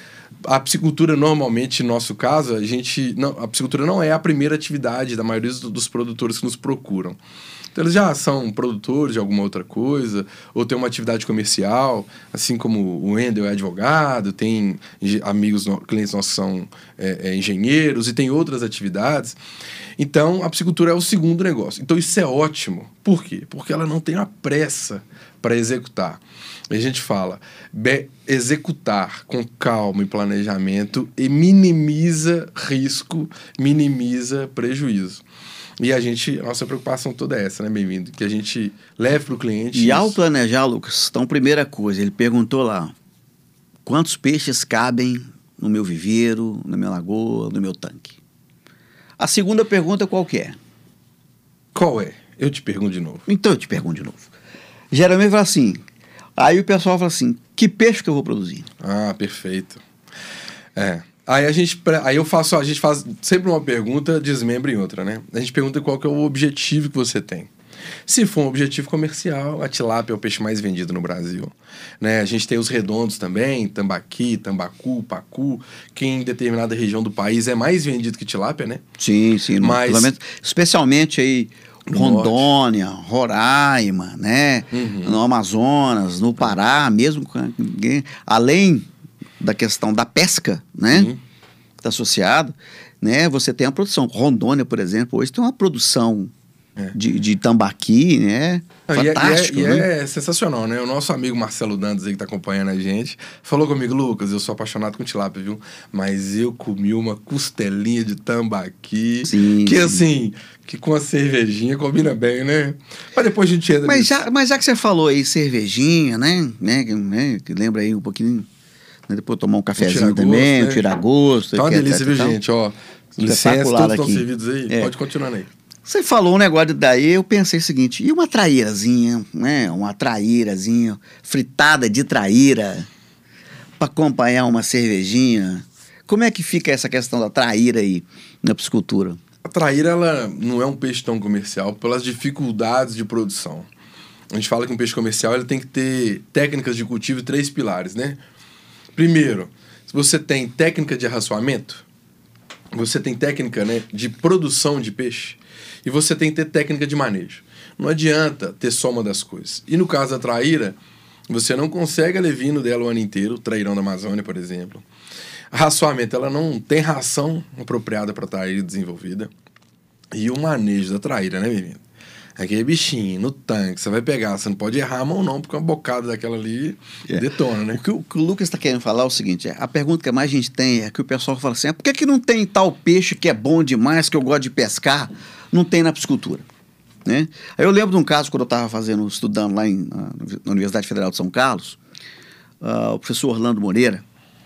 A piscicultura, normalmente, no nosso caso, a gente... Não, a piscicultura não é a primeira atividade da maioria dos, dos produtores que nos procuram. Então, eles já são produtores de alguma outra coisa, ou tem uma atividade comercial, assim como o Wendel é advogado, tem amigos, clientes nossos que são é, é, engenheiros, e tem outras atividades. Então, a piscicultura é o segundo negócio. Então, isso é ótimo. Por quê? Porque ela não tem uma pressa para executar. A gente fala, be- executar com calma e planejamento e minimiza risco, minimiza prejuízo. E a gente, a nossa preocupação toda é essa, né, bem-vindo? Que a gente leve para o cliente. E isso. ao planejar, Lucas, então, primeira coisa, ele perguntou lá, quantos peixes cabem no meu viveiro, na minha lagoa, no meu tanque? A segunda pergunta qual que é? Qual é? Eu te pergunto de novo. Então eu te pergunto de novo. Geralmente fala assim, aí o pessoal fala assim, que peixe que eu vou produzir? Ah, perfeito. É. Aí a gente, aí eu faço, a gente faz sempre uma pergunta, desmembra em outra, né? A gente pergunta qual que é o objetivo que você tem. Se for um objetivo comercial, a tilápia é o peixe mais vendido no Brasil, né? A gente tem os redondos também, tambaqui, tambacu, pacu, que em determinada região do país é mais vendido que tilápia, né? Sim, sim. Mas, no, especialmente aí Rondônia, norte. Roraima, né? Uhum. No Amazonas, no Pará, mesmo além da questão da pesca, né? Uhum. Está associado, né? Você tem a produção. Rondônia, por exemplo, hoje tem uma produção é. de, de tambaqui, né? Não, fantástico, e é, e é, né? E é sensacional, né? O nosso amigo Marcelo Dantas aí que tá acompanhando a gente falou comigo, Lucas, eu sou apaixonado com tilápia, viu? Mas eu comi uma costelinha de tambaqui, sim, que sim. assim, que com a cervejinha combina bem, né? Mas depois a gente entra mas nisso. já, mas já que você falou aí cervejinha, né? né? né? Que lembra aí um pouquinho, né? Depois tomar um cafezinho um também, né? Tirar gosto. Tá uma delícia, viu, gente? Ó, licença, todos estão servidos aí. É. Pode continuar aí. Você falou um negócio daí, eu pensei o seguinte, e uma traírazinha, né? Uma traírazinha, fritada de traíra, para acompanhar uma cervejinha. Como é que fica essa questão da traíra aí na piscicultura? A traíra, ela não é um peixe tão comercial pelas dificuldades de produção. A gente fala que um peixe comercial ele tem que ter técnicas de cultivo e três pilares, né? Primeiro, se você tem técnica de arraçoamento, você tem técnica, né, de produção de peixe, e você tem que ter técnica de manejo. Não adianta ter só uma das coisas. E no caso da traíra, você não consegue alevino dela o ano inteiro, trairão da Amazônia, por exemplo. A raçoamento, ela não tem ração apropriada para traíra desenvolvida. E o manejo da traíra, né, menino? Aquele bichinho no tanque, você vai pegar, você não pode errar a mão não, porque uma bocada daquela ali é. detona, né? O que o, que o Lucas está querendo falar é o seguinte, a pergunta que mais a gente tem é que o pessoal fala assim, ah, por que, que não tem tal peixe que é bom demais, que eu gosto de pescar, não tem na piscicultura? Né? Aí eu lembro de um caso, quando eu estava fazendo, estudando lá em, na Universidade Federal de São Carlos, uh, o professor Orlando Moreira,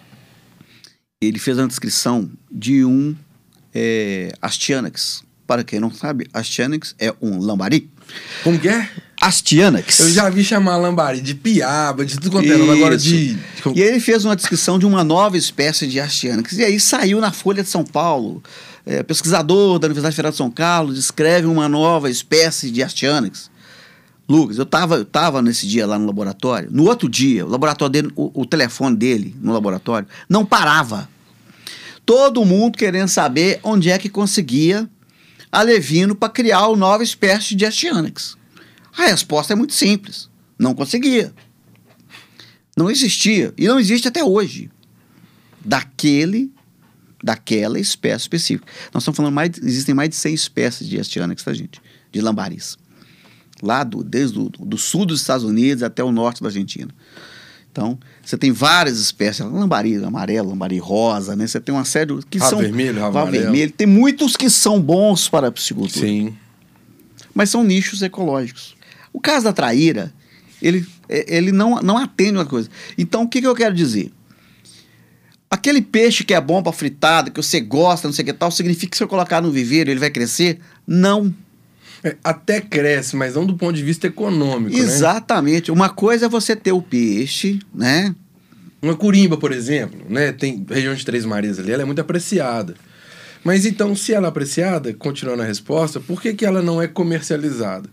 ele fez a descrição de um é, Astyanax. Para quem não sabe, Astyanax é um lambari. Como que é? Astyanax. Eu já vi chamar lambari de piaba, de tudo quanto é nome, agora de... E ele fez uma descrição de uma nova espécie de Astyanax. E aí saiu na Folha de São Paulo. É, pesquisador da Universidade Federal de São Carlos descreve uma nova espécie de Astyanax. Lucas, eu estava eu tava nesse dia lá no laboratório. No outro dia, o laboratório dele, o, o telefone dele no laboratório não parava. Todo mundo querendo saber onde é que conseguia alevino para criar uma nova espécie de Astyanax. A resposta é muito simples. Não conseguia. Não existia. E não existe até hoje. Daquele, daquela espécie específica. Nós estamos falando, mais, existem mais de cem espécies de Astyanax, tá, gente? De lambaris. Lá do, desde o do sul dos Estados Unidos até o norte da Argentina. Então, você tem várias espécies, lambari amarelo, lambari rosa, né? Você tem uma série que rabo são... vermelho, rabo amarelo. vermelho. Tem muitos que são bons para a piscicultura. Sim. Mas são nichos ecológicos. O caso da traíra, ele, ele não, não atende uma coisa. Então, o que, que eu quero dizer? Aquele peixe que é bom para fritada, que você gosta, não sei o que tal, significa que se eu colocar no viveiro ele vai crescer? Não. É, até cresce, mas não do ponto de vista econômico, exatamente. Né? Uma coisa é você ter o peixe, né? Uma curimba, por exemplo, né? Tem região de Três Marias ali, ela é muito apreciada. Mas então, se ela é apreciada, continuando a resposta, por que, que ela não é comercializada?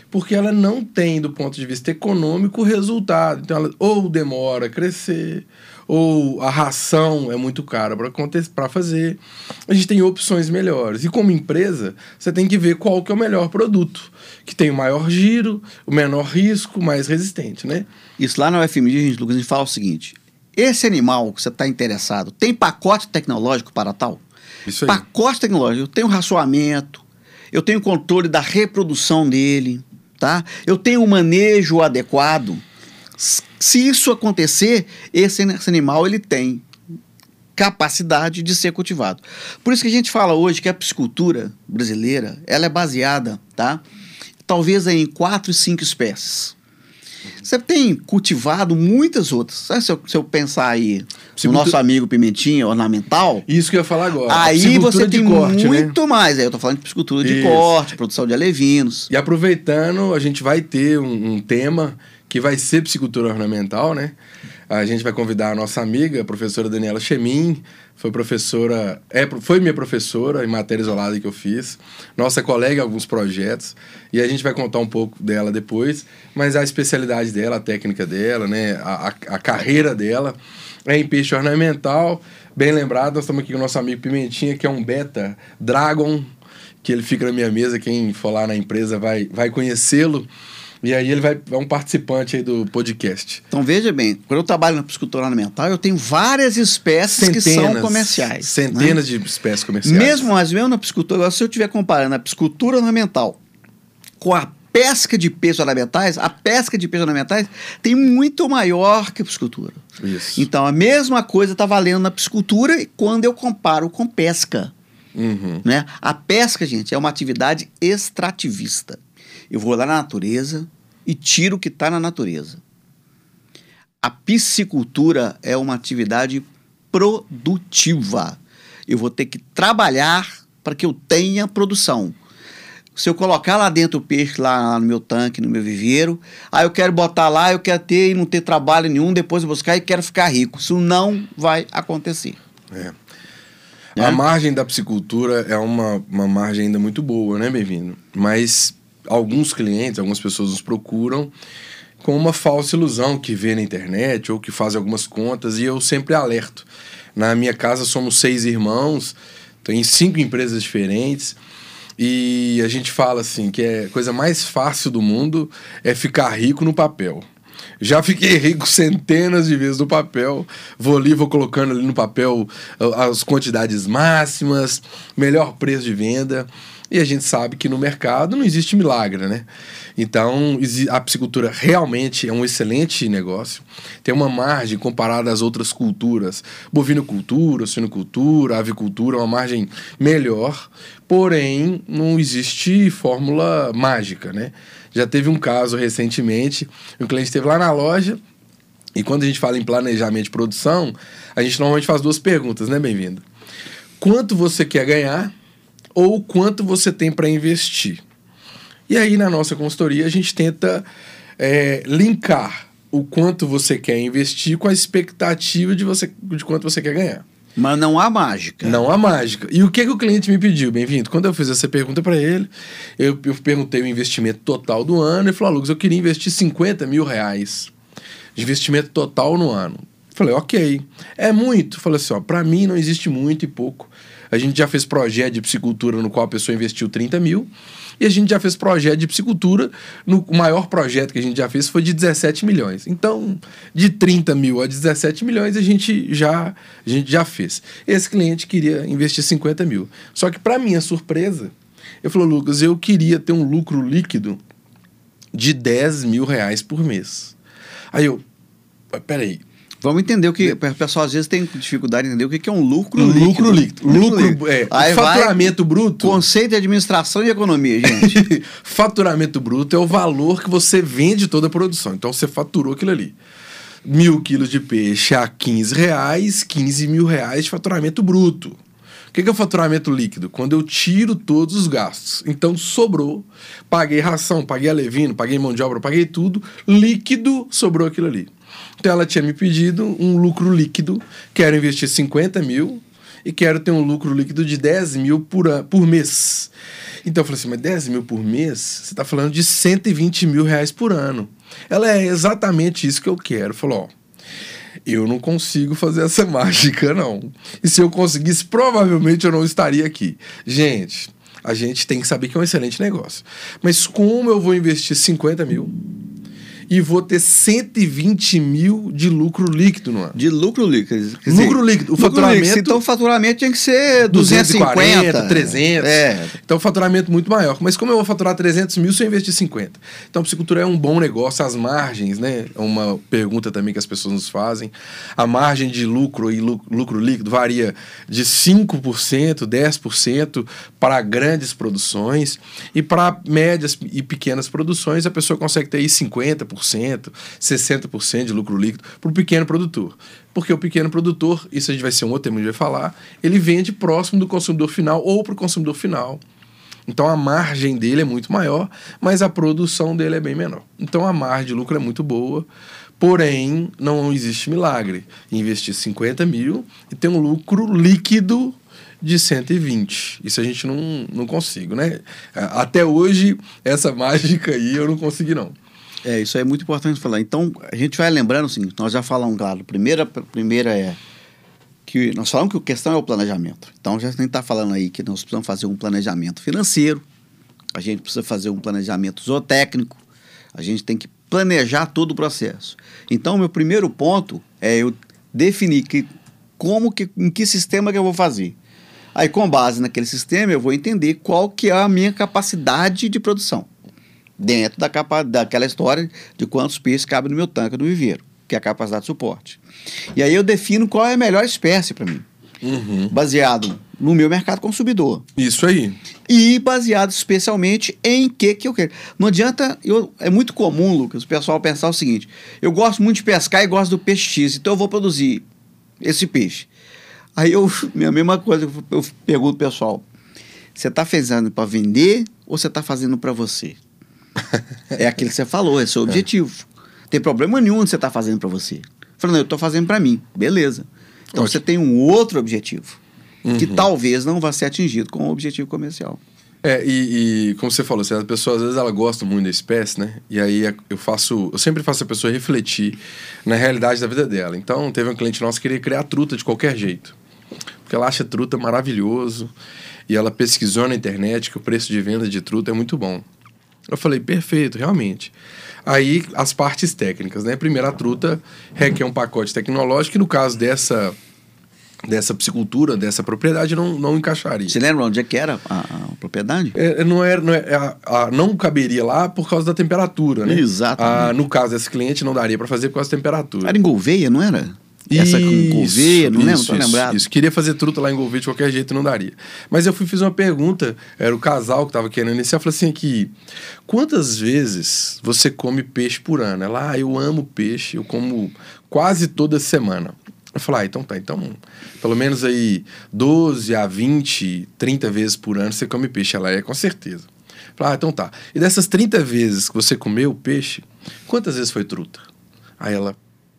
porque ela não tem, do ponto de vista econômico, resultado. Então, ela ou demora a crescer, ou a ração é muito cara para fazer. A gente tem opções melhores. E como empresa, você tem que ver qual que é o melhor produto, que tem o maior giro, o menor risco, mais resistente, né? Isso lá na U F M G, gente, Lucas, a gente fala o seguinte: esse animal que você está interessado tem pacote tecnológico para tal? Isso aí. Pacote tecnológico, eu tenho raçoamento, eu tenho controle da reprodução dele, tá? Eu tenho um manejo adequado. Se isso acontecer, esse animal ele tem capacidade de ser cultivado. Por isso que a gente fala hoje que a piscicultura brasileira, ela é baseada, tá? Talvez em quatro, cinco espécies. Você tem cultivado muitas outras. Sabe, se, eu, se eu pensar aí no nosso amigo pimentinha ornamental... Isso que eu ia falar agora. Aí você tem corte, muito né? mais. Aí eu tô falando de piscicultura de Isso. corte, produção de alevinos. E aproveitando, a gente vai ter um, um tema que vai ser piscicultura ornamental, né? A gente vai convidar a nossa amiga, a professora Daniela Chemin, foi professora, é, foi minha professora em matéria isolada que eu fiz, nossa colega em alguns projetos, e a gente vai contar um pouco dela depois, mas a especialidade dela, a técnica dela, né, a, a, a carreira dela é em peixe ornamental. Bem lembrado, nós estamos aqui com o nosso amigo Pimentinha, que é um beta dragon, que ele fica na minha mesa, quem for lá na empresa vai, vai conhecê-lo. E aí ele vai é um participante aí do podcast. Então veja bem, quando eu trabalho na piscicultura ornamental, eu tenho várias espécies centenas, que são comerciais. Centenas, né, de espécies comerciais. Mesmo, mas mesmo na piscicultura, se eu estiver comparando a piscicultura ornamental com a pesca de peixes ornamentais, a pesca de peixes ornamentais tem muito maior que a piscicultura. Isso. Então a mesma coisa está valendo na piscicultura quando eu comparo com pesca. Uhum. Né? A pesca, gente, é uma atividade extrativista. Eu vou lá na natureza e tiro o que está na natureza. A piscicultura é uma atividade produtiva. Eu vou ter que trabalhar para que eu tenha produção. Se eu colocar lá dentro o peixe, lá, lá no meu tanque, no meu viveiro, aí eu quero botar lá, eu quero ter e não ter trabalho nenhum, depois eu buscar e quero ficar rico. Isso não vai acontecer. É. É. A margem da piscicultura é uma, uma margem ainda muito boa, né, bem-vindo? Mas alguns clientes, algumas pessoas nos procuram com uma falsa ilusão que vê na internet ou que faz algumas contas, e eu sempre alerto. Na minha casa somos seis irmãos, tem cinco empresas diferentes, e a gente fala assim que a coisa mais fácil do mundo é ficar rico no papel. Já fiquei rico centenas de vezes no papel, vou ali, vou colocando ali no papel as quantidades máximas, melhor preço de venda. E a gente sabe que no mercado não existe milagre, né? Então, a piscicultura realmente é um excelente negócio. Tem uma margem comparada às outras culturas. Bovinocultura, suinocultura, avicultura, uma margem melhor. Porém, não existe fórmula mágica, né? Já teve um caso recentemente, um cliente esteve lá na loja, e quando a gente fala em planejamento de produção, a gente normalmente faz duas perguntas, né, bem-vindo? Quanto você quer ganhar? Ou quanto você tem para investir. E aí, na nossa consultoria, a gente tenta é, linkar o quanto você quer investir com a expectativa de, você, de quanto você quer ganhar. Mas não há mágica. Não há mágica. E o que, que o cliente me pediu, bem-vindo? Quando eu fiz essa pergunta para ele, eu, eu perguntei o investimento total do ano, ele falou, Lucas, eu queria investir cinquenta mil reais de investimento total no ano. Falei, ok. É muito? Falei assim, ó, para mim não existe muito e pouco. A gente já fez projeto de piscicultura no qual a pessoa investiu trinta mil. E a gente já fez projeto de piscicultura. No, o maior projeto que a gente já fez foi de dezessete milhões. Então, de trinta mil a dezessete milhões, a gente já, a gente já fez. Esse cliente queria investir cinquenta mil. Só que, para minha surpresa, eu falei, Lucas, eu queria ter um lucro líquido de dez mil reais por mês. Aí eu, peraí. Vamos entender o que... O pessoal às vezes tem dificuldade de entender o que é um lucro líquido. Lucro líquido. Lucro, lucro é, Aí faturamento vai, bruto... Conceito de administração e economia, gente. Faturamento bruto é o valor que você vende toda a produção. Então, você faturou aquilo ali. Mil quilos de peixe a quinze reais, quinze mil reais de faturamento bruto. O que é o faturamento líquido? Quando eu tiro todos os gastos. Então, sobrou. Paguei ração, paguei alevino, paguei mão de obra, paguei tudo. Líquido, sobrou aquilo ali. Então ela tinha me pedido um lucro líquido, quero investir cinquenta mil, e quero ter um lucro líquido de dez mil por, an- por mês. Então eu falei assim, mas dez mil por mês? Você está falando de cento e vinte mil reais por ano. Ela é exatamente isso que eu quero. Falou, ó, eu não consigo fazer essa mágica, não. E se eu conseguisse, provavelmente eu não estaria aqui. Gente, a gente tem que saber que é um excelente negócio. Mas como eu vou investir cinquenta mil e vou ter cento e vinte mil de lucro líquido no ano? De lucro líquido. Quer Lucro líquido. O lucro faturamento... líquido. Então o faturamento tinha que ser duzentos e cinquenta, trezentos. É. Então o faturamento muito maior. Mas como eu vou faturar trezentos mil se eu investir cinquenta? Então a piscicultura é um bom negócio. As margens, né? É uma pergunta também que as pessoas nos fazem. A margem de lucro e lucro, lucro líquido varia de cinco por cento, dez por cento para grandes produções, e para médias e pequenas produções a pessoa consegue ter aí cinquenta por cento, sessenta por cento de lucro líquido para o pequeno produtor. Porque o pequeno produtor, isso a gente vai ser um outro tema que a gente vai falar, ele vende próximo do consumidor final ou para o consumidor final. Então a margem dele é muito maior, mas a produção dele é bem menor. Então a margem de lucro é muito boa, porém não existe milagre. Investir cinquenta mil e ter um lucro líquido de cento e vinte. Isso a gente não, não consigo, né? Até hoje, essa mágica aí eu não consegui, não. É, isso é muito importante falar. Então, a gente vai lembrando o seguinte, nós já falamos, claro, primeira, primeira é que nós falamos que a questão é o planejamento. Então, já a gente está falando aí que nós precisamos fazer um planejamento financeiro, a gente precisa fazer um planejamento zootécnico, a gente tem que planejar todo o processo. Então, o meu primeiro ponto é eu definir que, como que, em que sistema que eu vou fazer. Aí, com base naquele sistema, eu vou entender qual que é a minha capacidade de produção. Dentro da capa, daquela história de quantos peixes cabem no meu tanque no viveiro, que é a capacidade de suporte. E aí eu defino qual é a melhor espécie para mim, uhum. baseado no meu mercado consumidor. Isso aí. E baseado especialmente em que que eu quero. Não adianta, eu, é muito comum, Lucas, o pessoal pensar o seguinte, eu gosto muito de pescar e gosto do peixe X, então eu vou produzir esse peixe. Aí eu, a mesma coisa, eu pergunto pro pessoal, você está fazendo para vender ou você está fazendo para você? É aquilo que você falou, é seu objetivo. É. Tem problema nenhum de você estar tá fazendo para você. Falando, eu estou fazendo para mim, beleza. Então Ótimo. Você tem um outro objetivo, uhum. que talvez não vá ser atingido com o objetivo comercial. É, e, e como você falou, a pessoa às vezes ela gosta muito da espécie, né? E aí eu faço, eu sempre faço a pessoa refletir na realidade da vida dela. Então, teve um cliente nosso que queria criar truta de qualquer jeito. Porque ela acha truta maravilhoso e ela pesquisou na internet que o preço de venda de truta é muito bom. Eu falei, perfeito, realmente. Aí, as partes técnicas, né? Primeiro, a truta requer um pacote tecnológico que, no caso dessa, dessa piscicultura, dessa propriedade, não, não encaixaria. Você lembra onde é que era a, a propriedade? É, não, era, não, é, a, a, não caberia lá por causa da temperatura, né? Exatamente. A, no caso desse cliente, não daria para fazer por causa da temperatura. Era em Gouveia, não era? Essa com Gouveia, não lembro, não tô lembrado. Isso, queria fazer truta lá em Gouveia de qualquer jeito, não daria. Mas eu fui fiz uma pergunta, era o casal que estava querendo iniciar, eu falei assim aqui, quantas vezes você come peixe por ano? Ela, ah, eu amo peixe, eu como quase toda semana. Eu falei, ah, então tá, então pelo menos aí doze a vinte, trinta vezes por ano você come peixe. Ela é, com certeza. Eu falei, ah, então tá. E dessas trinta vezes que você comeu peixe, quantas vezes foi truta? Aí ela...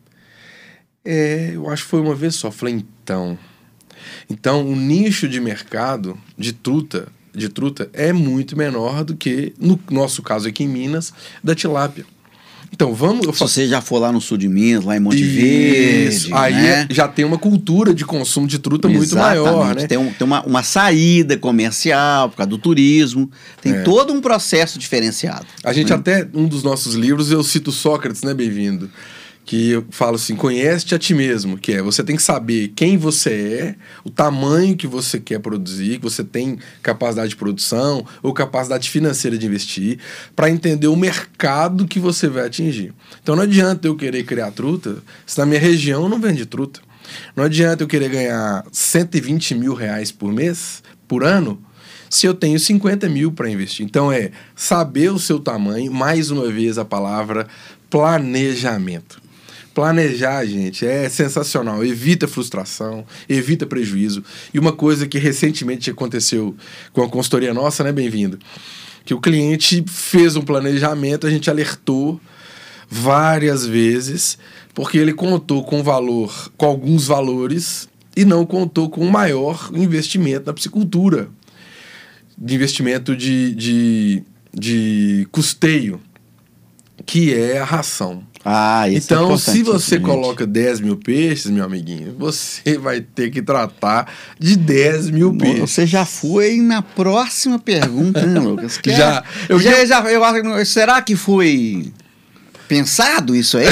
É, eu acho que foi uma vez só. Falei, então... Então, o nicho de mercado de truta, de truta é muito menor do que, no nosso caso aqui em Minas, da tilápia. Então, vamos... Eu Se faço... você já for lá no sul de Minas, lá em Monte Verde... Aí né? já tem uma cultura de consumo de truta muito Exatamente. maior, né? Tem, um, tem uma, uma saída comercial por causa do turismo. Tem é. todo um processo diferenciado. A gente né? até, um dos nossos livros, eu cito Sócrates, né, bem-vindo? Que eu falo assim, conhece-te a ti mesmo, que é, você tem que saber quem você é, o tamanho que você quer produzir, que você tem capacidade de produção ou capacidade financeira de investir, para entender o mercado que você vai atingir. Então não adianta eu querer criar truta, se na minha região não vende truta. Não adianta eu querer ganhar cento e vinte mil reais por mês, por ano, se eu tenho cinquenta mil para investir. Então é saber o seu tamanho, mais uma vez a palavra planejamento. Planejar, gente, é sensacional. Evita frustração, evita prejuízo. E uma coisa que recentemente aconteceu com a consultoria nossa, né, bem-vindo? Que o cliente fez um planejamento, a gente alertou várias vezes, porque ele contou com valor, com alguns valores e não contou com o maior investimento na piscicultura, de investimento de, de, de custeio, que é a ração. Ah, isso então, é se você gente. coloca dez mil peixes, meu amiguinho, você vai ter que tratar de dez mil peixes. Você já foi na próxima pergunta, né, Lucas? Que já. É, eu já, já eu, será que foi pensado isso aí?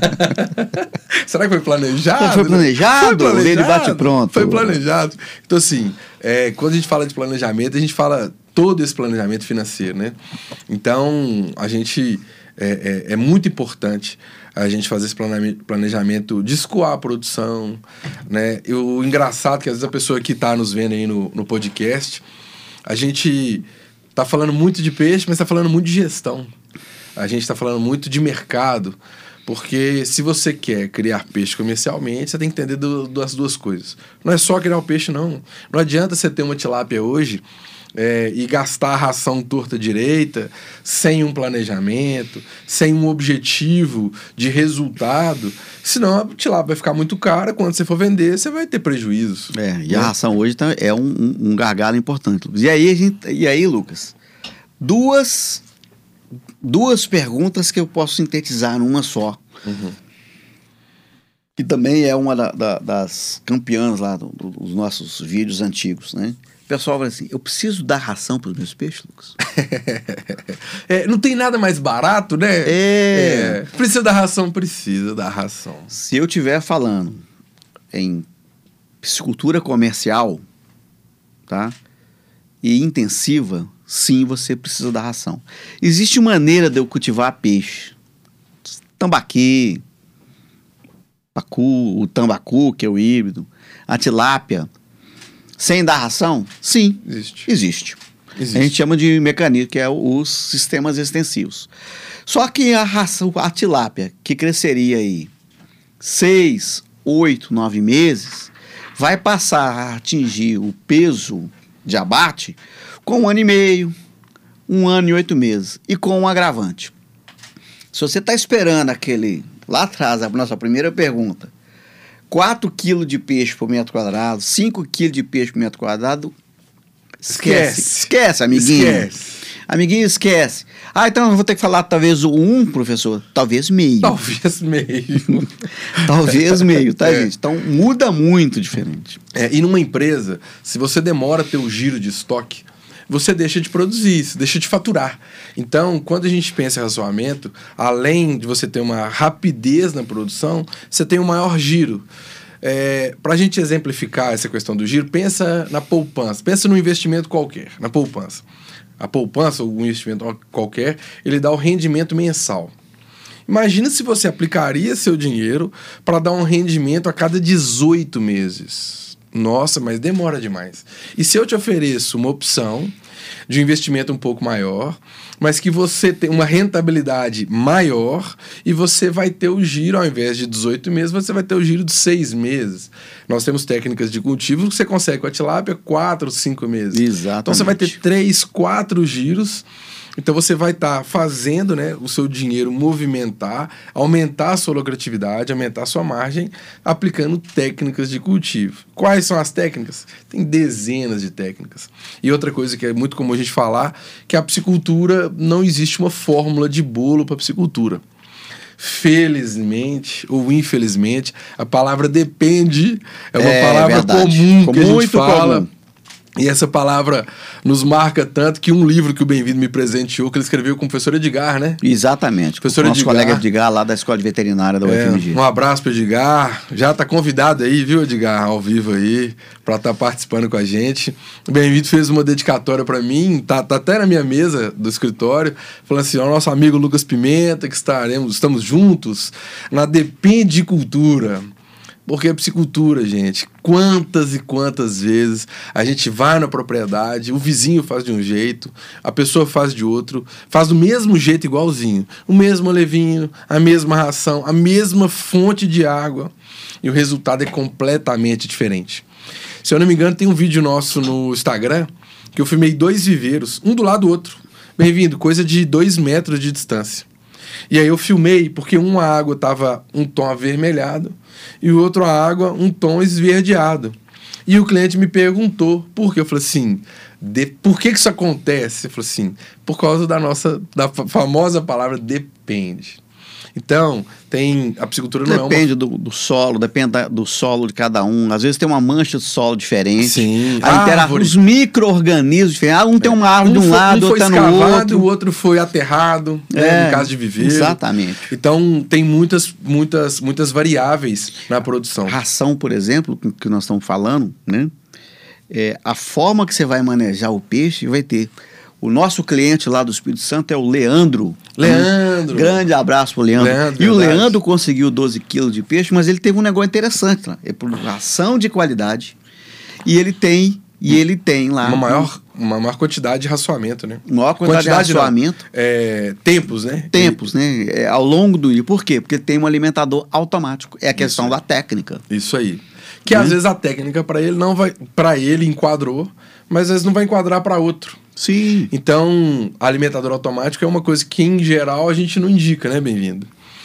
Será que foi planejado? Foi planejado? Foi planejado. Ele bate pronto. Foi planejado. Então, assim, é, quando a gente fala de planejamento, a gente fala todo esse planejamento financeiro, né? Então, a gente... É, é, é muito importante a gente fazer esse planejamento de escoar a produção, né? E o engraçado é que às vezes a pessoa que está nos vendo aí no, no podcast, a gente está falando muito de peixe, mas está falando muito de gestão. A gente está falando muito de mercado, porque se você quer criar peixe comercialmente, você tem que entender do, das duas coisas. Não é só criar o peixe, não. Não adianta você ter uma tilápia hoje... É, e gastar a ração torta direita, sem um planejamento, sem um objetivo de resultado, senão a tilápia vai ficar muito cara, quando você for vender, você vai ter prejuízo. É, e né? A ração hoje tá, é um, um, um gargalo importante. E aí, a gente, e aí, Lucas, duas, duas perguntas que eu posso sintetizar numa só. Uhum. Que também é uma da, da, das campeãs lá do, do, dos nossos vídeos antigos, né? O pessoal fala assim, eu preciso dar ração para os meus peixes, Lucas? é, não tem nada mais barato, né? É. é. Precisa dar ração? Precisa dar ração. Se eu estiver falando em piscicultura comercial, tá? E intensiva, sim, você precisa dar ração. Existe maneira de eu cultivar peixe. Tambaqui, pacu, o tambacu, que é o híbrido, a tilápia, sem dar ração? Sim, existe. Existe. existe. A gente chama de mecanismo, que é os sistemas extensivos. Só que a ração, a tilápia, que cresceria aí seis, oito, nove meses, vai passar a atingir o peso de abate com um ano e meio, um ano e oito meses, e com um agravante. Se você está esperando aquele, lá atrás, a nossa primeira pergunta, quatro quilos de peixe por metro quadrado, cinco quilos de peixe por metro quadrado, esquece. Esquece, esquece amiguinho. Esquece. Amiguinho, esquece. Ah, então eu vou ter que falar talvez o um, professor? Talvez meio. Talvez meio. Talvez meio, tá, é. gente? Então muda muito diferente. É, e numa empresa, se você demora a ter o giro de estoque, você deixa de produzir, você deixa de faturar. Então, quando a gente pensa em razoamento, além de você ter uma rapidez na produção, você tem um maior giro. É, para a gente exemplificar essa questão do giro, pensa na poupança, pensa no investimento qualquer, na poupança. A poupança, ou um investimento qualquer, ele dá o rendimento mensal. Imagina se você aplicaria seu dinheiro para dar um rendimento a cada dezoito meses. Nossa, mas demora demais. E se eu te ofereço uma opção de um investimento um pouco maior, mas que você tem uma rentabilidade maior e você vai ter o giro, ao invés de dezoito meses, você vai ter o giro de seis meses. Nós temos técnicas de cultivo que você consegue com a tilápia quatro, cinco meses. Exatamente. Então você vai ter três, quatro giros. Então você vai estar tá fazendo, né, o seu dinheiro movimentar, aumentar a sua lucratividade, aumentar a sua margem, aplicando técnicas de cultivo. Quais são as técnicas? Tem dezenas de técnicas. E outra coisa que é muito comum a gente falar, que a piscicultura, não existe uma fórmula de bolo para a piscicultura. Felizmente ou infelizmente, a palavra depende, é uma é, palavra verdade. comum que Muito a gente fala. Comum. E essa palavra nos marca tanto que um livro que o Bem-vindo me presenteou, que ele escreveu com o professor Edgar, né? Exatamente. Professor Nosso Edgar, colega Edgar, lá da Escola de Veterinária da U F M G. É, um abraço para o Edgar. Já está convidado aí, viu, Edgar, ao vivo aí, para estar tá participando com a gente. O Bem-vindo fez uma dedicatória para mim, tá, tá até na minha mesa do escritório, falando assim, ó, nosso amigo Lucas Pimenta, que estaremos, estamos juntos na Dependicultura. Porque a piscicultura, gente, quantas e quantas vezes a gente vai na propriedade, o vizinho faz de um jeito, a pessoa faz de outro, faz do mesmo jeito igualzinho, o mesmo alevinho, a mesma ração, a mesma fonte de água, e o resultado é completamente diferente. Se eu não me engano, tem um vídeo nosso no Instagram que eu filmei dois viveiros, um do lado do outro. Bem-vindo, coisa de dois metros de distância. E aí eu filmei, porque uma água estava um tom avermelhado e o outro a água um tom esverdeado. E o cliente me perguntou por quê. Eu falei assim, de, por que, que isso acontece? Ele falou assim, por causa da nossa, da famosa palavra depende. Então, tem, a piscicultura não depende é uma... do, do solo, depende da, do solo de cada um. Às vezes tem uma mancha de solo diferente. Sim. A intera... Os micro-organismos diferentes. Ah, um tem uma árvore um de um foi, lado, um outro foi tá no escavado, outro. O outro foi aterrado, É, né, no caso de viveiro. Exatamente. Então, tem muitas, muitas, muitas variáveis na produção. Ração, por exemplo, que nós estamos falando, né? É, a forma que você vai manejar o peixe vai ter... O nosso cliente lá do Espírito Santo é o Leandro. Leandro. Um grande abraço pro Leandro. Leandro, e o verdade. Leandro conseguiu doze quilos de peixe, mas ele teve um negócio interessante lá. É por ração de qualidade. E ele tem, e ele tem lá... Uma maior, uma maior quantidade de raçoamento, né? Maior quantidade, quantidade de raçoamento. Não, é, tempos, né? Tempos, né? É, ao longo do dia. Por quê? Porque tem um alimentador automático. É a questão Isso. da técnica. Isso aí. Que Né? às vezes a técnica para ele não vai... Para ele enquadrou, mas às vezes não vai enquadrar para outro. Sim. Então, alimentador automático é uma coisa que, em geral, a gente não indica, né, bem-vindo?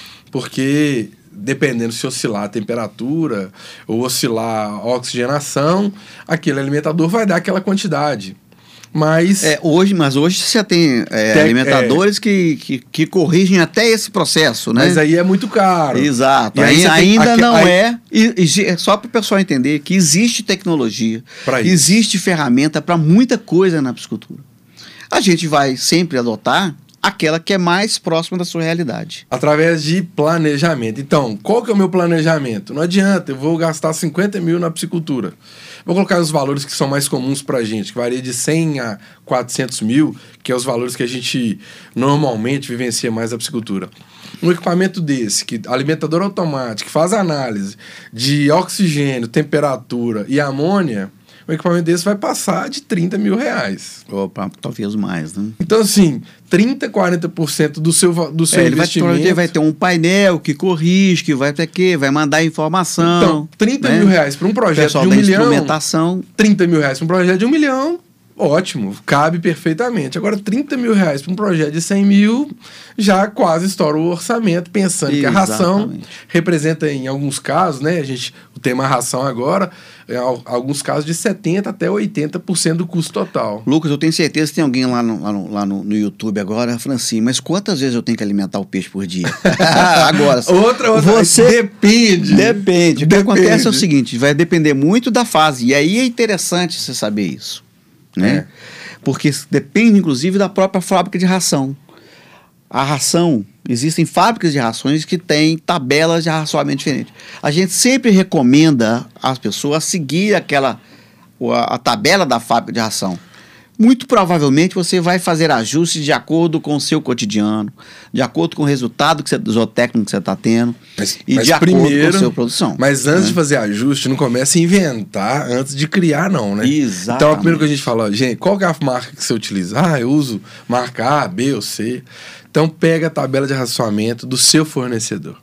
Porque, dependendo se oscilar a temperatura ou oscilar a oxigenação, aquele alimentador vai dar aquela quantidade. Mas... É, hoje, mas hoje você tem, é, tem alimentadores é, que, que, que corrigem até esse processo, né? Mas aí é muito caro. Exato. E aí aí, ainda tem, não aí, é... E, e, só para o pessoal entender que existe tecnologia, existe ferramenta para muita coisa na piscicultura. A gente vai sempre adotar aquela que é mais próxima da sua realidade. Através de planejamento. Então, qual que é o meu planejamento? Não adianta, eu vou gastar cinquenta mil na piscicultura. Vou colocar os valores que são mais comuns para a gente, que varia de cem a quatrocentos mil, que é os valores que a gente normalmente vivencia mais a piscicultura. Um equipamento desse, que alimentador automático, que faz análise de oxigênio, temperatura e amônia, um equipamento desse vai passar de trinta mil reais. Opa, talvez mais, né? Então, assim, trinta, quarenta por cento do seu, do seu é, ele investimento... Vai, vai ter um painel que corrige, que vai ter quê? Vai mandar informação. Então, trinta né? mil reais para um projeto Pessoal de um da milhão... instrumentação. trinta mil reais para um projeto de um milhão... Ótimo, cabe perfeitamente. Agora, trinta mil reais para um projeto de cem mil já quase estoura o orçamento, pensando Exatamente. que a ração representa, em alguns casos, né? A gente, o tema ração agora, em alguns casos, de setenta por cento até oitenta por cento do custo total. Lucas, eu tenho certeza que tem alguém lá no, lá no, lá no, no YouTube agora falando assim, mas quantas vezes eu tenho que alimentar o peixe por dia? Agora, outra, outra, você depende. Depende. O que depende. acontece é o seguinte, vai depender muito da fase. E aí é interessante você saber isso. Né? É. Porque depende, inclusive, da própria fábrica de ração. A ração, existem fábricas de rações que têm tabelas de raçoamento diferentes. A gente sempre recomenda às pessoas seguir aquela, a, a tabela da fábrica de ração. Muito provavelmente você vai fazer ajustes de acordo com o seu cotidiano, de acordo com o resultado que você, zootécnico que você está tendo mas, e mas de primeiro, acordo com a sua produção. Mas antes né? de fazer ajuste, não comece a inventar antes de criar, não, né? Exatamente. Então, a primeira que a gente fala, gente, qual que é a marca que você utiliza? Ah, eu uso marca A, B ou C. Então, pega a tabela de raçoamento do seu fornecedor.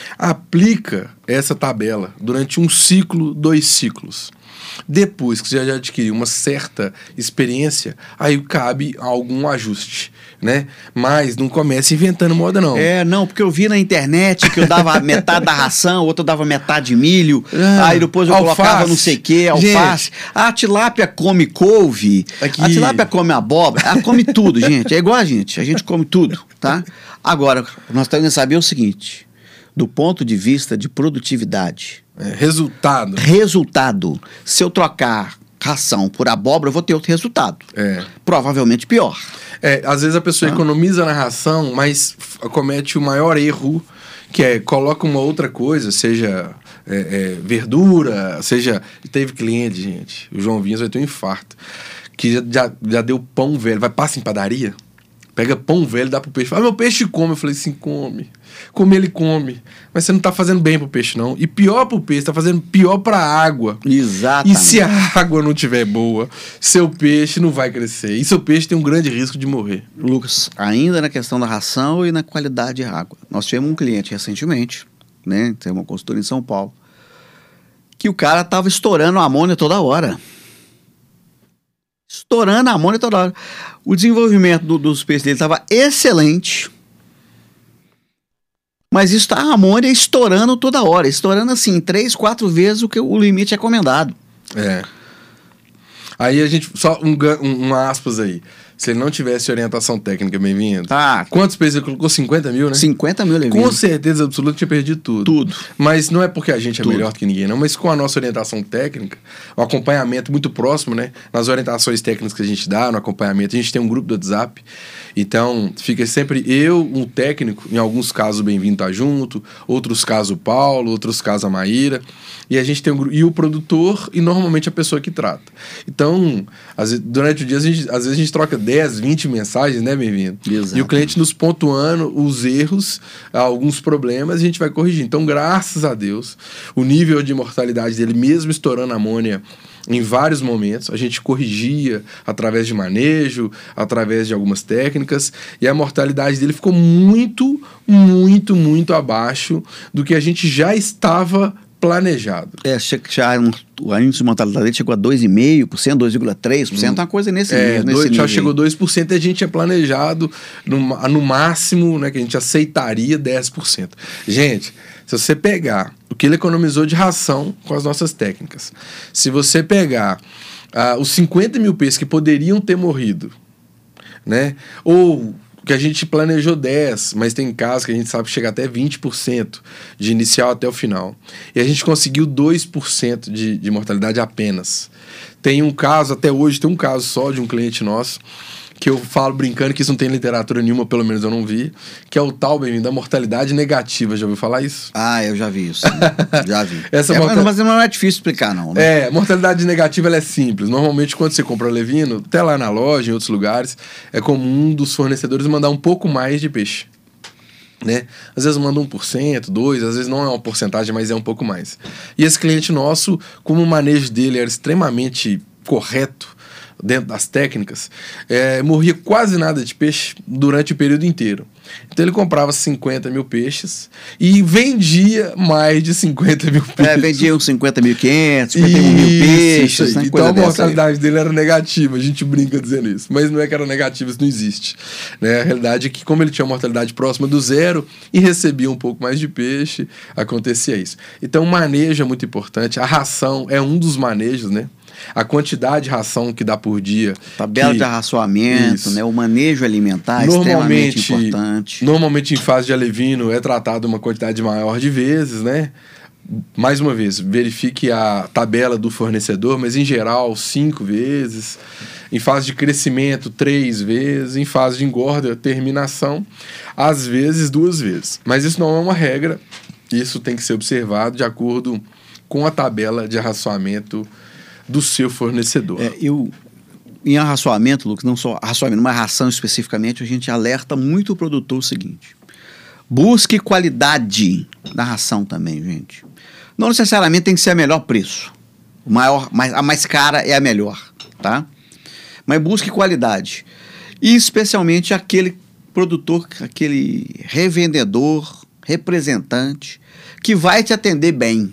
Aplica essa tabela durante um ciclo, dois ciclos. Depois que você já adquiriu uma certa experiência, aí cabe algum ajuste, né? Mas não comece inventando moda, não. É, não, porque eu vi na internet que eu dava metade da ração, outro dava metade de milho, é, aí depois eu alface. colocava não sei o que, alface. Gente, a tilápia come couve, aqui. a tilápia come abóbora, ela come tudo, gente. É igual a gente, a gente come tudo, tá? Agora, nós temos que saber o seguinte, do ponto de vista de produtividade... É, resultado. Resultado. Se eu trocar ração por abóbora, eu vou ter outro resultado. É. Provavelmente pior. É, às vezes a pessoa ah. economiza na ração, mas comete o maior erro, que é coloca uma outra coisa, seja é, é, verdura, seja... Teve cliente, gente, o João Vinhas vai ter um infarto, que já, já, já deu pão velho, vai passa em padaria, pega pão velho, dá pro peixe, fala, ah, meu peixe come. Eu falei assim, come. Comer ele come. Mas você não tá fazendo bem pro peixe, não. E pior pro peixe, tá fazendo pior pra água. Exatamente. E se a água não tiver boa, seu peixe não vai crescer. E seu peixe tem um grande risco de morrer. Lucas, ainda na questão da ração e na qualidade de água. Nós tivemos um cliente recentemente, né? Tem uma consultoria em São Paulo, que o cara tava estourando a amônia toda hora. Estourando a amônia toda hora. O desenvolvimento do, dos peixes dele estava excelente. Mas isso está a amônia estourando toda hora, estourando assim, três, quatro vezes o que o limite recomendado. É. Aí a gente, só um, um, um aspas aí. Se ele não tivesse orientação técnica, bem-vindo. Tá. Quantos pesos ele colocou? cinquenta mil, né? cinquenta mil, Levinho. Com certeza absoluta, tinha perdido tudo. Tudo. Mas não é porque a gente é Tudo. melhor do que ninguém, não. Mas com a nossa orientação técnica, o acompanhamento muito próximo, né? Nas orientações técnicas que a gente dá, no acompanhamento, a gente tem um grupo do WhatsApp. Então, fica sempre eu, um técnico, em alguns casos o Bem-vindo tá junto, outros casos o Paulo, outros casos a Maíra. E a gente tem um grupo. E o produtor e normalmente a pessoa que trata. Então, às vezes, durante o dia, a gente, às vezes a gente troca dez, vinte mensagens, né, Bem-vindo? Exato. E o cliente nos pontuando os erros, alguns problemas, a gente vai corrigir. Então, graças a Deus, o nível de mortalidade dele, mesmo estourando amônia em vários momentos, a gente corrigia através de manejo, através de algumas técnicas, e a mortalidade dele ficou muito, muito, muito abaixo do que a gente já estava planejado. É, já, um, o índice de mortalidade dele chegou a dois vírgula cinco por cento, dois vírgula três por cento, hum. uma coisa nesse, é, nesse dois, nível. Já chegou dois por cento e a gente tinha planejado no, no máximo, né, que a gente aceitaria dez por cento. Gente, se você pegar o que ele economizou de ração com as nossas técnicas, se você pegar uh, os cinquenta mil peixes que poderiam ter morrido, né, ou que a gente planejou dez, mas tem casos que a gente sabe que chega até vinte por cento de inicial até o final. E a gente conseguiu dois por cento de, de mortalidade apenas. Tem um caso, até hoje, tem um caso só de um cliente nosso, que eu falo brincando que isso não tem literatura nenhuma, pelo menos eu não vi, que é o tal, bem-vindo, da mortalidade negativa. Já ouviu falar isso? Ah, eu já vi isso. já vi. Essa é, mortal... Mas não é difícil explicar, não. Né? É, mortalidade negativa ela é simples. Normalmente, quando você compra levino, até lá na loja, em outros lugares, é comum dos fornecedores mandar um pouco mais de peixe. Né? Às vezes manda um por cento, dois por cento, às vezes não é uma porcentagem, mas é um pouco mais. E esse cliente nosso, como o manejo dele era extremamente correto, dentro das técnicas, é, morria quase nada de peixe durante o período inteiro. Então ele comprava cinquenta mil peixes e vendia mais de cinquenta mil peixes. É, vendia uns cinquenta mil e quinhentos, cinquenta e um mil peixes. Né? Então a mortalidade dele era negativa, a gente brinca dizendo isso. Mas não é que era negativa, isso não existe. Né? A realidade é que, como ele tinha uma mortalidade próxima do zero e recebia um pouco mais de peixe, acontecia isso. Então o manejo é muito importante, a ração é um dos manejos, né? A quantidade de ração que dá por dia. Tabela que, de arraçoamento, né? O manejo alimentar é normalmente, extremamente importante. Normalmente, em fase de alevino, é tratado uma quantidade maior de vezes, né? Mais uma vez, verifique a tabela do fornecedor, mas em geral, cinco vezes. Em fase de crescimento, três vezes. Em fase de engorda, terminação, às vezes, duas vezes. Mas isso não é uma regra. Isso tem que ser observado de acordo com a tabela de arraçoamento do seu fornecedor. É, eu, em arraçoamento, Lucas, não só arraçoamento, mas ração especificamente, a gente alerta muito o produtor o seguinte: busque qualidade da ração também, gente. Não necessariamente tem que ser a melhor preço. O maior, a mais cara é a melhor, tá? Mas busque qualidade. E especialmente aquele produtor, aquele revendedor, representante, que vai te atender bem.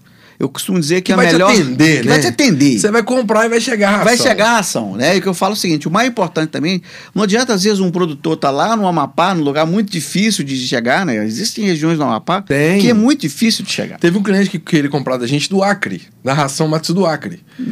Eu costumo dizer que, que a vai melhor... Te atender, que né? vai te atender. Você vai comprar e vai chegar a ração. Vai chegar a ação, né? E o que eu falo é o seguinte, o mais importante também, não adianta às vezes um produtor tá lá no Amapá, num lugar muito difícil de chegar, né? Existem regiões no Amapá Tem. que é muito difícil de chegar. Teve um cliente que queria comprar da gente do Acre, da ração Matsu do Acre. Hum.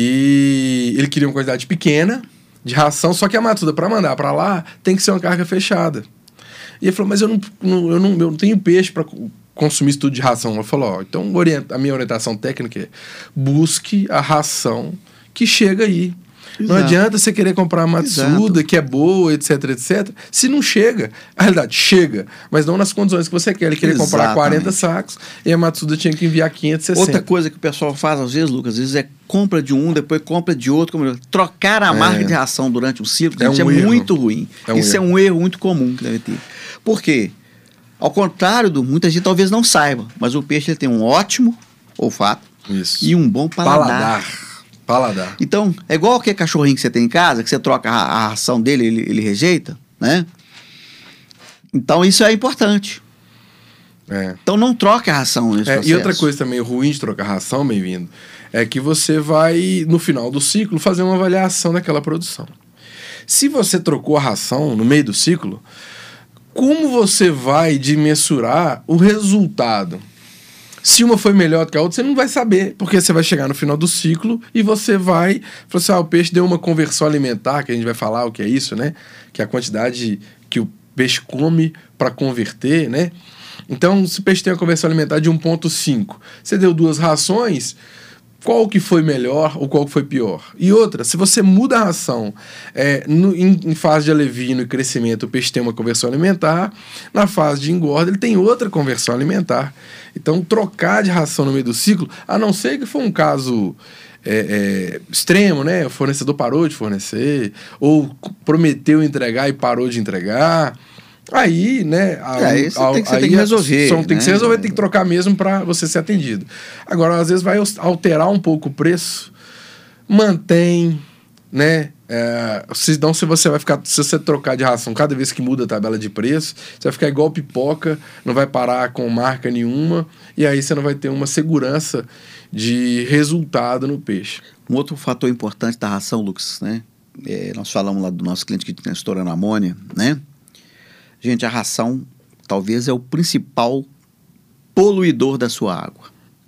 E ele queria uma quantidade pequena de ração, só que a Matsuda, para mandar para lá, tem que ser uma carga fechada. E ele falou, mas eu não, não, eu não, eu não tenho peixe para consumir isso tudo de ração. Eu falo, ó, então a minha orientação técnica é busque a ração que chega aí. Exato. Não adianta você querer comprar a Matsuda, Exato. que é boa, etc, etc, se não chega. A realidade, chega, mas não nas condições que você quer. Ele queria comprar quarenta sacos e a Matsuda tinha que enviar quinhentos e sessenta. Outra coisa que o pessoal faz às vezes, Lucas, às vezes é compra de um, depois compra de outro. Compra de outro. Trocar a é. marca de ração durante um ciclo, é, um é muito ruim. É um Isso erro. é um erro muito comum que deve ter. Por quê? Ao contrário do... Muita gente talvez não saiba, mas o peixe ele tem um ótimo olfato Isso. e um bom paladar. Paladar. Paladar. Então, é igual aquele cachorrinho que você tem em casa, que você troca a, a ração dele, ele, ele rejeita, né? Então, isso é importante. É. Então, não troque a ração nesse é, processo. E outra coisa também ruim de trocar ração, bem-vindo, é que você vai, no final do ciclo, fazer uma avaliação daquela produção. Se você trocou a ração no meio do ciclo, como você vai de mensurar o resultado? Se uma foi melhor do que a outra, você não vai saber, porque você vai chegar no final do ciclo e você vai falar assim, ah, o peixe deu uma conversão alimentar, que a gente vai falar o que é isso, né? Que é a quantidade que o peixe come para converter, né? Então, se o peixe tem uma conversão alimentar de um vírgula cinco, você deu duas rações, qual que foi melhor ou qual que foi pior? E outra, se você muda a ração é, no, em, em fase de alevino e crescimento, o peixe tem uma conversão alimentar, na fase de engorda ele tem outra conversão alimentar. Então, trocar de ração no meio do ciclo, a não ser que for um caso é, é, extremo, né? O fornecedor parou de fornecer, ou prometeu entregar e parou de entregar. Aí, né? A, é, isso a, tem que, você aí tem que resolver. Só, tem né? que ser resolver, tem que trocar mesmo para você ser atendido. Agora, às vezes vai alterar um pouco o preço, mantém, né? É, senão, se você vai ficar, se você trocar de ração cada vez que muda a tabela de preço, você vai ficar igual pipoca, não vai parar com marca nenhuma, e aí você não vai ter uma segurança de resultado no peixe. Um outro fator importante da ração, Lucas, né? É, nós falamos lá do nosso cliente que está estourando amônia, né? Gente, a ração talvez é o principal poluidor da sua água.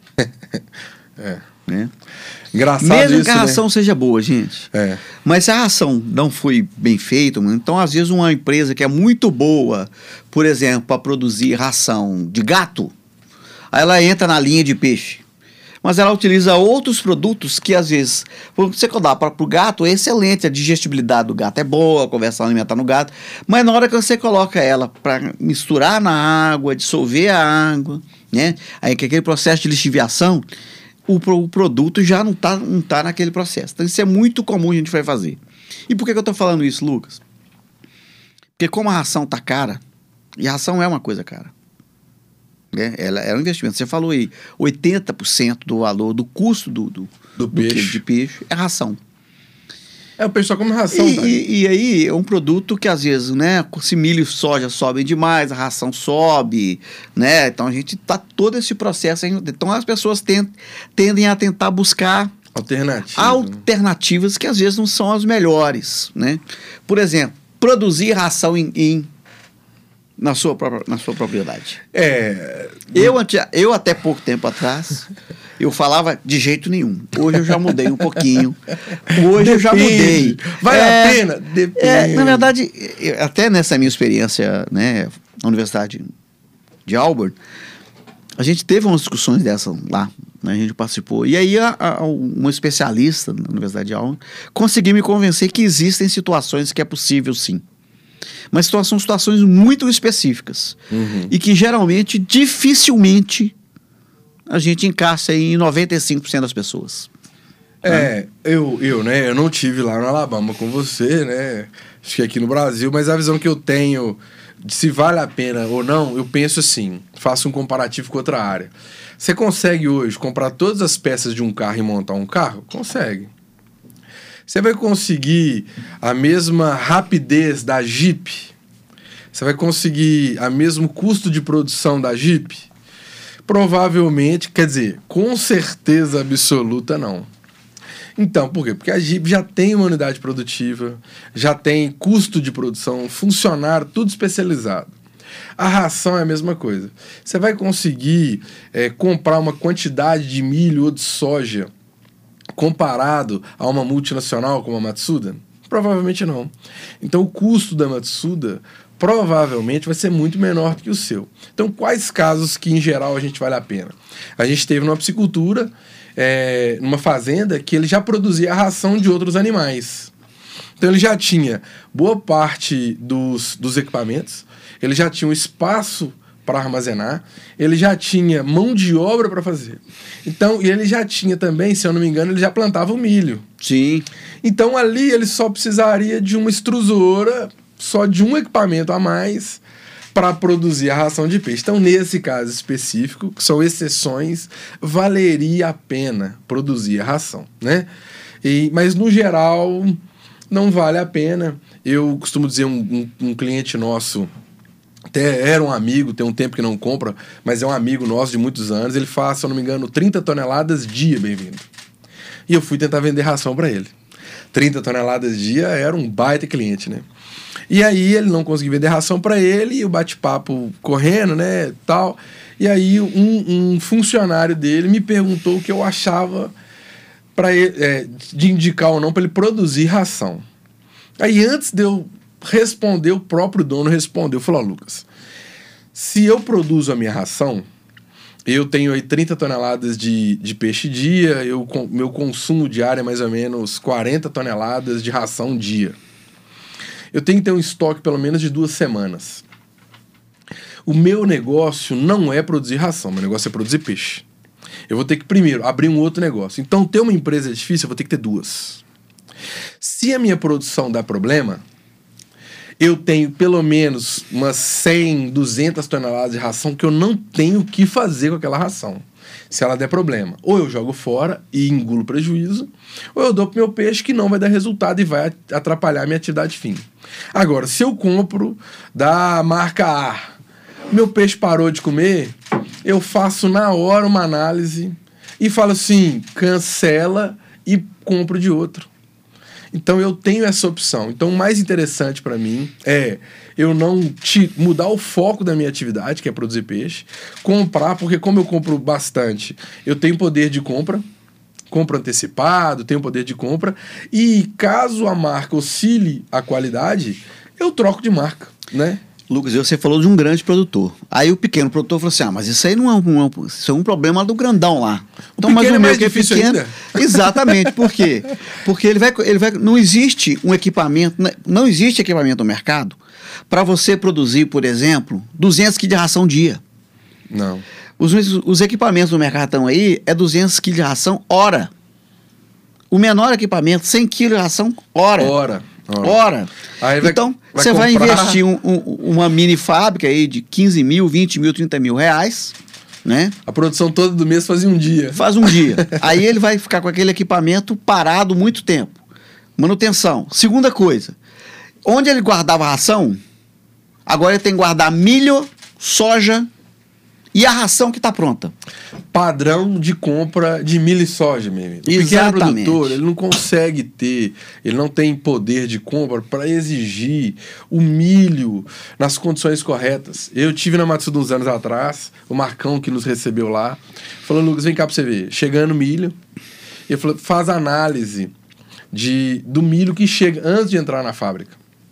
é. Né? Engraçado Mesmo isso, que a ração né? seja boa, gente. É. Mas se a ração não foi bem feita, então às vezes uma empresa que é muito boa, por exemplo, para produzir ração de gato, aí ela entra na linha de peixe. Mas ela utiliza outros produtos que às vezes, você dá para o gato, é excelente, a digestibilidade do gato é boa, a conversão alimentar no gato, mas na hora que você coloca ela para misturar na água, dissolver a água, né? Aí que aquele processo de lixiviação, o, o produto já não está não tá naquele processo. Então isso é muito comum a gente vai fazer. E por que, que eu estou falando isso, Lucas? Porque como a ração está cara, e a ração é uma coisa cara, né? Ela é um investimento. Você falou aí, oitenta por cento do valor, do custo do, do, do, do peixe. quilo de peixe é ração. É, o peixe só come ração. E, Tá? e, e aí é um produto que às vezes, né, se milho e soja sobem demais, a ração sobe, né? Então a gente tá todo esse processo. Então as pessoas tend, tendem a tentar buscar alternativas, alternativas né? que às vezes não são as melhores, né? Por exemplo, produzir ração em, em Na sua, própria, na sua propriedade. É. Eu, eu, até pouco tempo atrás, eu falava de jeito nenhum. Hoje eu já mudei um pouquinho. Hoje Depende. eu já mudei. Vale é, a pena? Depende. É, na verdade, até nessa minha experiência, né, na Universidade de Auburn, a gente teve umas discussões dessas lá. Né, a gente participou. E aí, a, a, uma especialista na Universidade de Auburn conseguiu me convencer que existem situações que é possível, sim. Mas são situações muito específicas. Uhum. E que geralmente, dificilmente, a gente encaixa em noventa e cinco por cento das pessoas. É, né? eu, eu, né? Eu não tive lá no Alabama com você, né? Acho que aqui no Brasil, mas a visão que eu tenho de se vale a pena ou não, eu penso assim, faço um comparativo com outra área. Você consegue hoje comprar todas as peças de um carro e montar um carro? Consegue. Você vai conseguir a mesma rapidez da Jeep? Você vai conseguir o mesmo custo de produção da Jeep? Provavelmente, quer dizer, com certeza absoluta não. Então, por quê? Porque a Jeep já tem uma unidade produtiva, já tem custo de produção, funcionário, tudo especializado. A ração é a mesma coisa. Você vai conseguir é, comprar uma quantidade de milho ou de soja comparado a uma multinacional como a Matsuda? Provavelmente não. Então o custo da Matsuda provavelmente vai ser muito menor do que o seu. Então quais casos que em geral a gente vale a pena? A gente teve numa piscicultura, é, numa fazenda, que ele já produzia a ração de outros animais. Então ele já tinha boa parte dos, dos equipamentos, ele já tinha um espaço para armazenar, ele já tinha mão de obra para fazer. Então, e ele já tinha também, se eu não me engano, ele já plantava o milho. Sim. Então, ali ele só precisaria de uma extrusora, só de um equipamento a mais para produzir a ração de peixe. Então, nesse caso específico, que são exceções, valeria a pena produzir a ração, né? E, mas, no geral, não vale a pena. Eu costumo dizer, um, um, um cliente nosso, até era um amigo, tem um tempo que não compra, mas é um amigo nosso de muitos anos, ele faz, se eu não me engano, trinta toneladas dia, bem-vindo. E eu fui tentar vender ração para ele. trinta toneladas dia, era um baita cliente, né? E aí ele não conseguia vender ração para ele, e o bate-papo correndo, né, tal. E aí um, um funcionário dele me perguntou o que eu achava pra ele, é, de indicar ou não para ele produzir ração. Aí antes de eu responder, o próprio dono respondeu, falou: oh, Lucas, se eu produzo a minha ração, eu tenho aí trinta toneladas de, de peixe dia, eu, meu consumo diário é mais ou menos quarenta toneladas de ração dia. Eu tenho que ter um estoque pelo menos de duas semanas. O meu negócio não é produzir ração, meu negócio é produzir peixe. Eu vou ter que, primeiro, abrir um outro negócio. Então, ter uma empresa é difícil, eu vou ter que ter duas. Se a minha produção dá problema, eu tenho pelo menos umas cem, duzentas toneladas de ração que eu não tenho o que fazer com aquela ração. Se ela der problema, ou eu jogo fora e engulo prejuízo, ou eu dou pro meu peixe que não vai dar resultado e vai atrapalhar a minha atividade fim. Agora, se eu compro da marca A, meu peixe parou de comer, eu faço na hora uma análise e falo assim, cancela e compro de outro. Então eu tenho essa opção. Então o mais interessante para mim é eu não te, mudar o foco da minha atividade, que é produzir peixe, comprar, porque como eu compro bastante, eu tenho poder de compra, compro antecipado, tenho poder de compra, e caso a marca oscile a qualidade, eu troco de marca, né? Lucas, você falou de um grande produtor. Aí o pequeno produtor falou assim, ah, mas isso aí não é um, isso é um problema do grandão lá. O então, mas o é mais difícil pequeno, ainda. Exatamente, por quê? Porque ele vai, ele vai, não existe um equipamento, não existe equipamento no mercado para você produzir, por exemplo, duzentos quilos de ração dia. Não. Os, os equipamentos no mercado estão aí, é duzentos quilos de ração hora. O menor equipamento, cem quilos de ração hora. Hora. Hora. Hora. Aí vai, então, vai você comprar... vai investir um, um, uma mini fábrica aí de quinze mil, vinte mil, trinta mil reais, né? A produção toda do mês fazia um dia. Faz um dia. Aí ele vai ficar com aquele equipamento parado muito tempo. Manutenção. Segunda coisa, onde ele guardava a ração, agora ele tem que guardar milho, soja e a ração que está pronta. Padrão de compra de milho e soja, meu amigo. O Exatamente. pequeno produtor, ele não consegue ter, ele não tem poder de compra para exigir o milho nas condições corretas. Eu tive na Matsuda uns anos atrás, o Marcão que nos recebeu lá, falou, Lucas, vem cá para você ver, chegando milho, ele falou, faz análise de, do milho que chega antes de entrar na fábrica.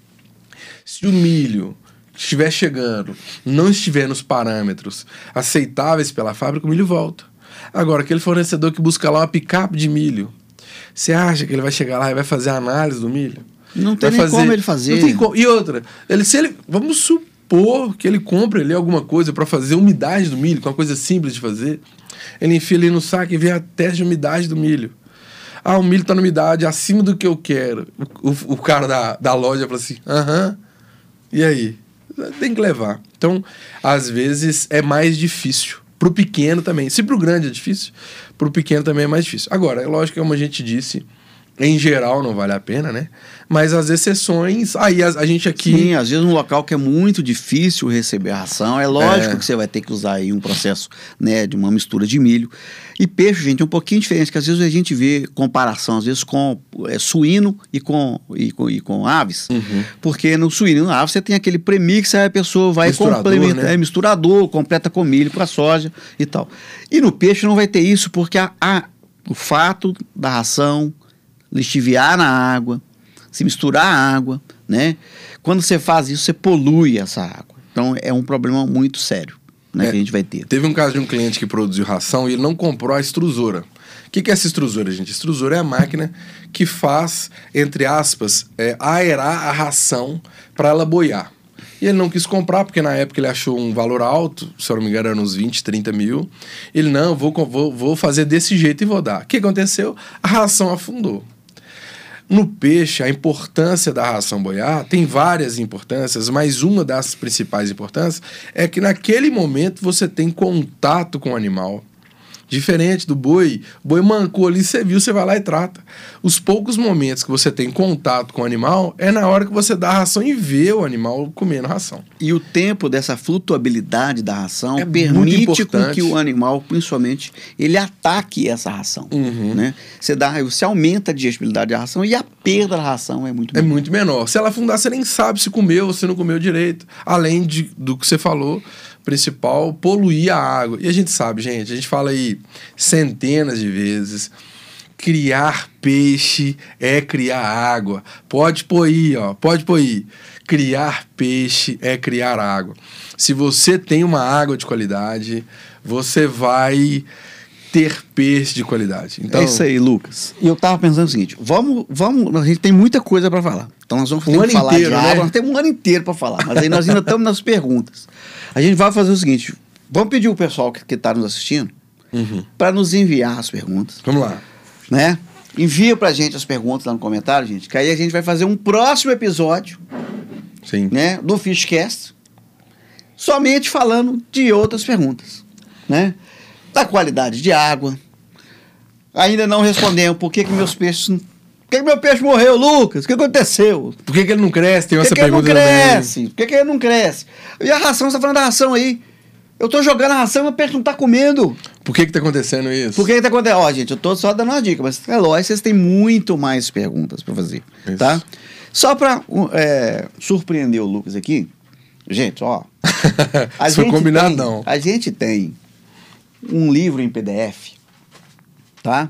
Se o milho estiver chegando, não estiver nos parâmetros aceitáveis pela fábrica, o milho volta. Agora, aquele fornecedor que busca lá uma picape de milho, você acha que ele vai chegar lá e vai fazer a análise do milho? Não tem vai nem fazer... como ele fazer. Não tem como. E outra, ele, se ele, vamos supor que ele compre ali alguma coisa para fazer umidade do milho, que é uma coisa simples de fazer, ele enfia ali no saco e vê a teste de umidade do milho. Ah, o milho está na umidade acima do que eu quero. O, o, o cara da, da loja fala assim, aham, e aí? Tem que levar. Então, às vezes, é mais difícil. Pro pequeno também. Se pro grande é difícil, pro pequeno também é mais difícil. Agora, é lógico que, como a gente disse, em geral não vale a pena, né? Mas as exceções, aí a, a gente aqui... Sim, às vezes num local que é muito difícil receber a ração, é lógico é. que você vai ter que usar aí um processo, né, de uma mistura de milho. E peixe, gente, é um pouquinho diferente, que às vezes a gente vê comparação, às vezes com é, suíno e com, e com, e com aves, uhum. porque no suíno e na ave você tem aquele premix, aí a pessoa vai complementar, né? é misturador, completa com milho para soja e tal. E no peixe não vai ter isso, porque a, a, o fato da ração lixiviar na água, se misturar a água, né? Quando você faz isso, você polui essa água. Então, é um problema muito sério, né, é, que a gente vai ter. Teve um caso de um cliente que produziu ração e ele não comprou a extrusora. O que, que é essa extrusora, gente? Extrusora é a máquina que faz, entre aspas, é, aerar a ração para ela boiar. E ele não quis comprar, porque na época ele achou um valor alto, se eu não me engano, era uns vinte, trinta mil. Ele, não, vou, vou, vou fazer desse jeito e vou dar. O que aconteceu? A ração afundou. No peixe, a importância da ração boiar tem várias importâncias, mas uma das principais importâncias é que naquele momento você tem contato com o animal Diferente do boi, o boi mancou ali, você viu, você vai lá e trata. Os poucos momentos que você tem contato com o animal é na hora que você dá a ração e vê o animal comendo a ração. E o tempo dessa flutuabilidade da ração É muito permite com importante. que o animal, principalmente, ele ataque essa ração. Uhum. Né? Você, dá, você aumenta a digestibilidade da ração e a perda da ração é muito É menor. muito menor. Se ela afundar, você nem sabe se comeu ou se não comeu direito. Além de, do que você falou, principal, poluir a água. E a gente sabe, gente, a gente fala aí centenas de vezes, criar peixe é criar água. Pode pôr aí, ó, pode pôr aí. Criar peixe é criar água. Se você tem uma água de qualidade, você vai ter peixe de qualidade. Então, é isso aí, Lucas. E eu tava pensando o seguinte, vamos, vamos, a gente tem muita coisa para falar. Então nós vamos ter Um que ano falar inteiro, de né? água, nós temos um ano inteiro para falar, mas aí nós ainda estamos nas perguntas. A gente vai fazer o seguinte, vamos pedir o pessoal que está nos assistindo Uhum. para nos enviar as perguntas, Vamos lá. né? Envia pra gente as perguntas lá no comentário, gente, que aí a gente vai fazer um próximo episódio, Sim. né, do Fishcast, somente falando de outras perguntas, né? Da qualidade de água. Ainda não respondemos por que que meus peixes... Por que que meu peixe morreu, Lucas? O que aconteceu? Por que, que ele não cresce? Tem Por essa que que ele não pergunta também. cresce? Por que que ele não cresce? E a ração, você tá falando da ração aí. Eu tô jogando a ração e o peixe não tá comendo. Por que que tá acontecendo isso? Por que que tá acontecendo? Ó, gente, eu tô só dando uma dica, mas é lógico, vocês têm muito mais perguntas pra fazer, Isso. tá? Só pra é, surpreender o Lucas aqui, gente, ó. a Isso foi gente combinado, tem- não. A gente tem um livro em P D F, tá?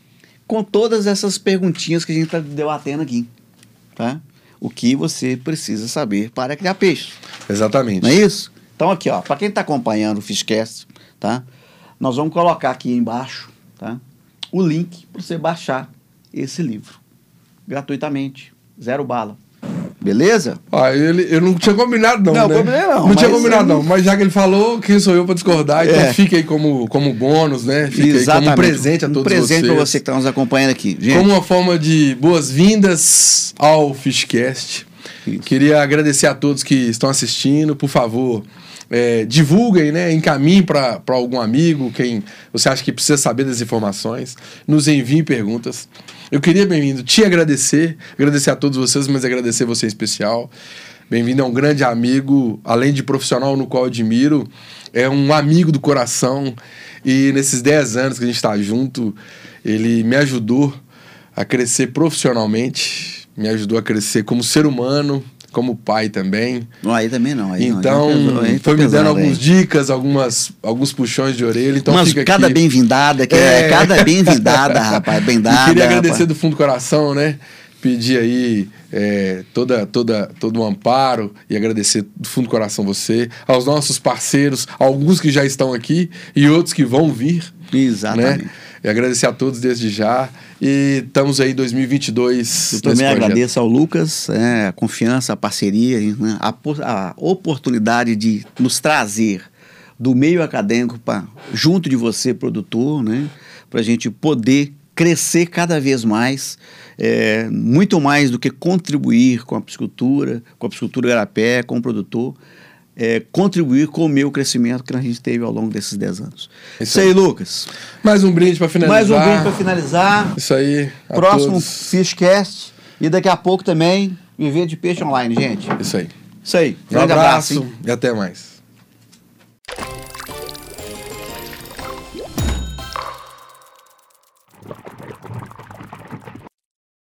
Com todas essas perguntinhas que a gente tá debatendo aqui, tá? O que você precisa saber para criar peixe. Exatamente. Não é isso? Então aqui, ó, para quem está acompanhando o Fishcast, tá? Nós vamos colocar aqui embaixo, tá? O link para você baixar esse livro gratuitamente, zero bala. Beleza? Ah, ele, eu não tinha combinado, não. Não, né? combinei não, Não tinha mas combinado, eu- não. Mas já que ele falou, quem sou eu para discordar? Então É. fica aí como, como bônus, né? Fica aí como um presente a todos um presente vocês. para você que está nos acompanhando aqui. Gente, Como uma forma de boas-vindas ao Fishcast. Isso. Queria agradecer a todos que estão assistindo. Por favor, é, divulguem, né? Encaminhem para algum amigo, quem você acha que precisa saber das informações. Nos enviem perguntas. Eu queria, bem-vindo, te agradecer. Agradecer a todos vocês, mas agradecer você em especial. Bem-vindo é um grande amigo, além de profissional no qual eu admiro. É um amigo do coração. E nesses dez anos que a gente está junto, ele me ajudou a crescer profissionalmente, me ajudou a crescer como ser humano, como pai também. não, aí também não. Aí Então, não, aí tá foi me dando pesado, algumas aí. dicas, algumas, alguns puxões de orelha. Então, Mas fica cada aqui. bem-vindada, que é. É. cada bem-vindada, rapaz, bem E dada. queria agradecer rapaz. do fundo do coração, né? Pedir aí é, toda, toda, todo o amparo e agradecer do fundo do coração você, aos nossos parceiros, alguns que já estão aqui e outros que vão vir. Exatamente. Né? E agradecer a todos desde já. E estamos aí em dois mil e vinte e dois. Eu também agradeço ao Lucas é, a confiança, a parceria, né, a, po- a oportunidade de nos trazer do meio acadêmico para junto de você, produtor, né, para a gente poder crescer cada vez mais, é, muito mais do que contribuir com a piscicultura, com a piscicultura Igarapé, com o produtor, é, contribuir com o meu crescimento que a gente teve ao longo desses dez anos. Isso Isso aí, Lucas. Mais um brinde para finalizar. Mais um brinde para finalizar. Isso aí. a Próximo todos. Fishcast. E daqui a pouco também, Viver de Peixe Online, gente. Isso aí. Isso aí. Um Grande abraço, abraço hein? e até mais.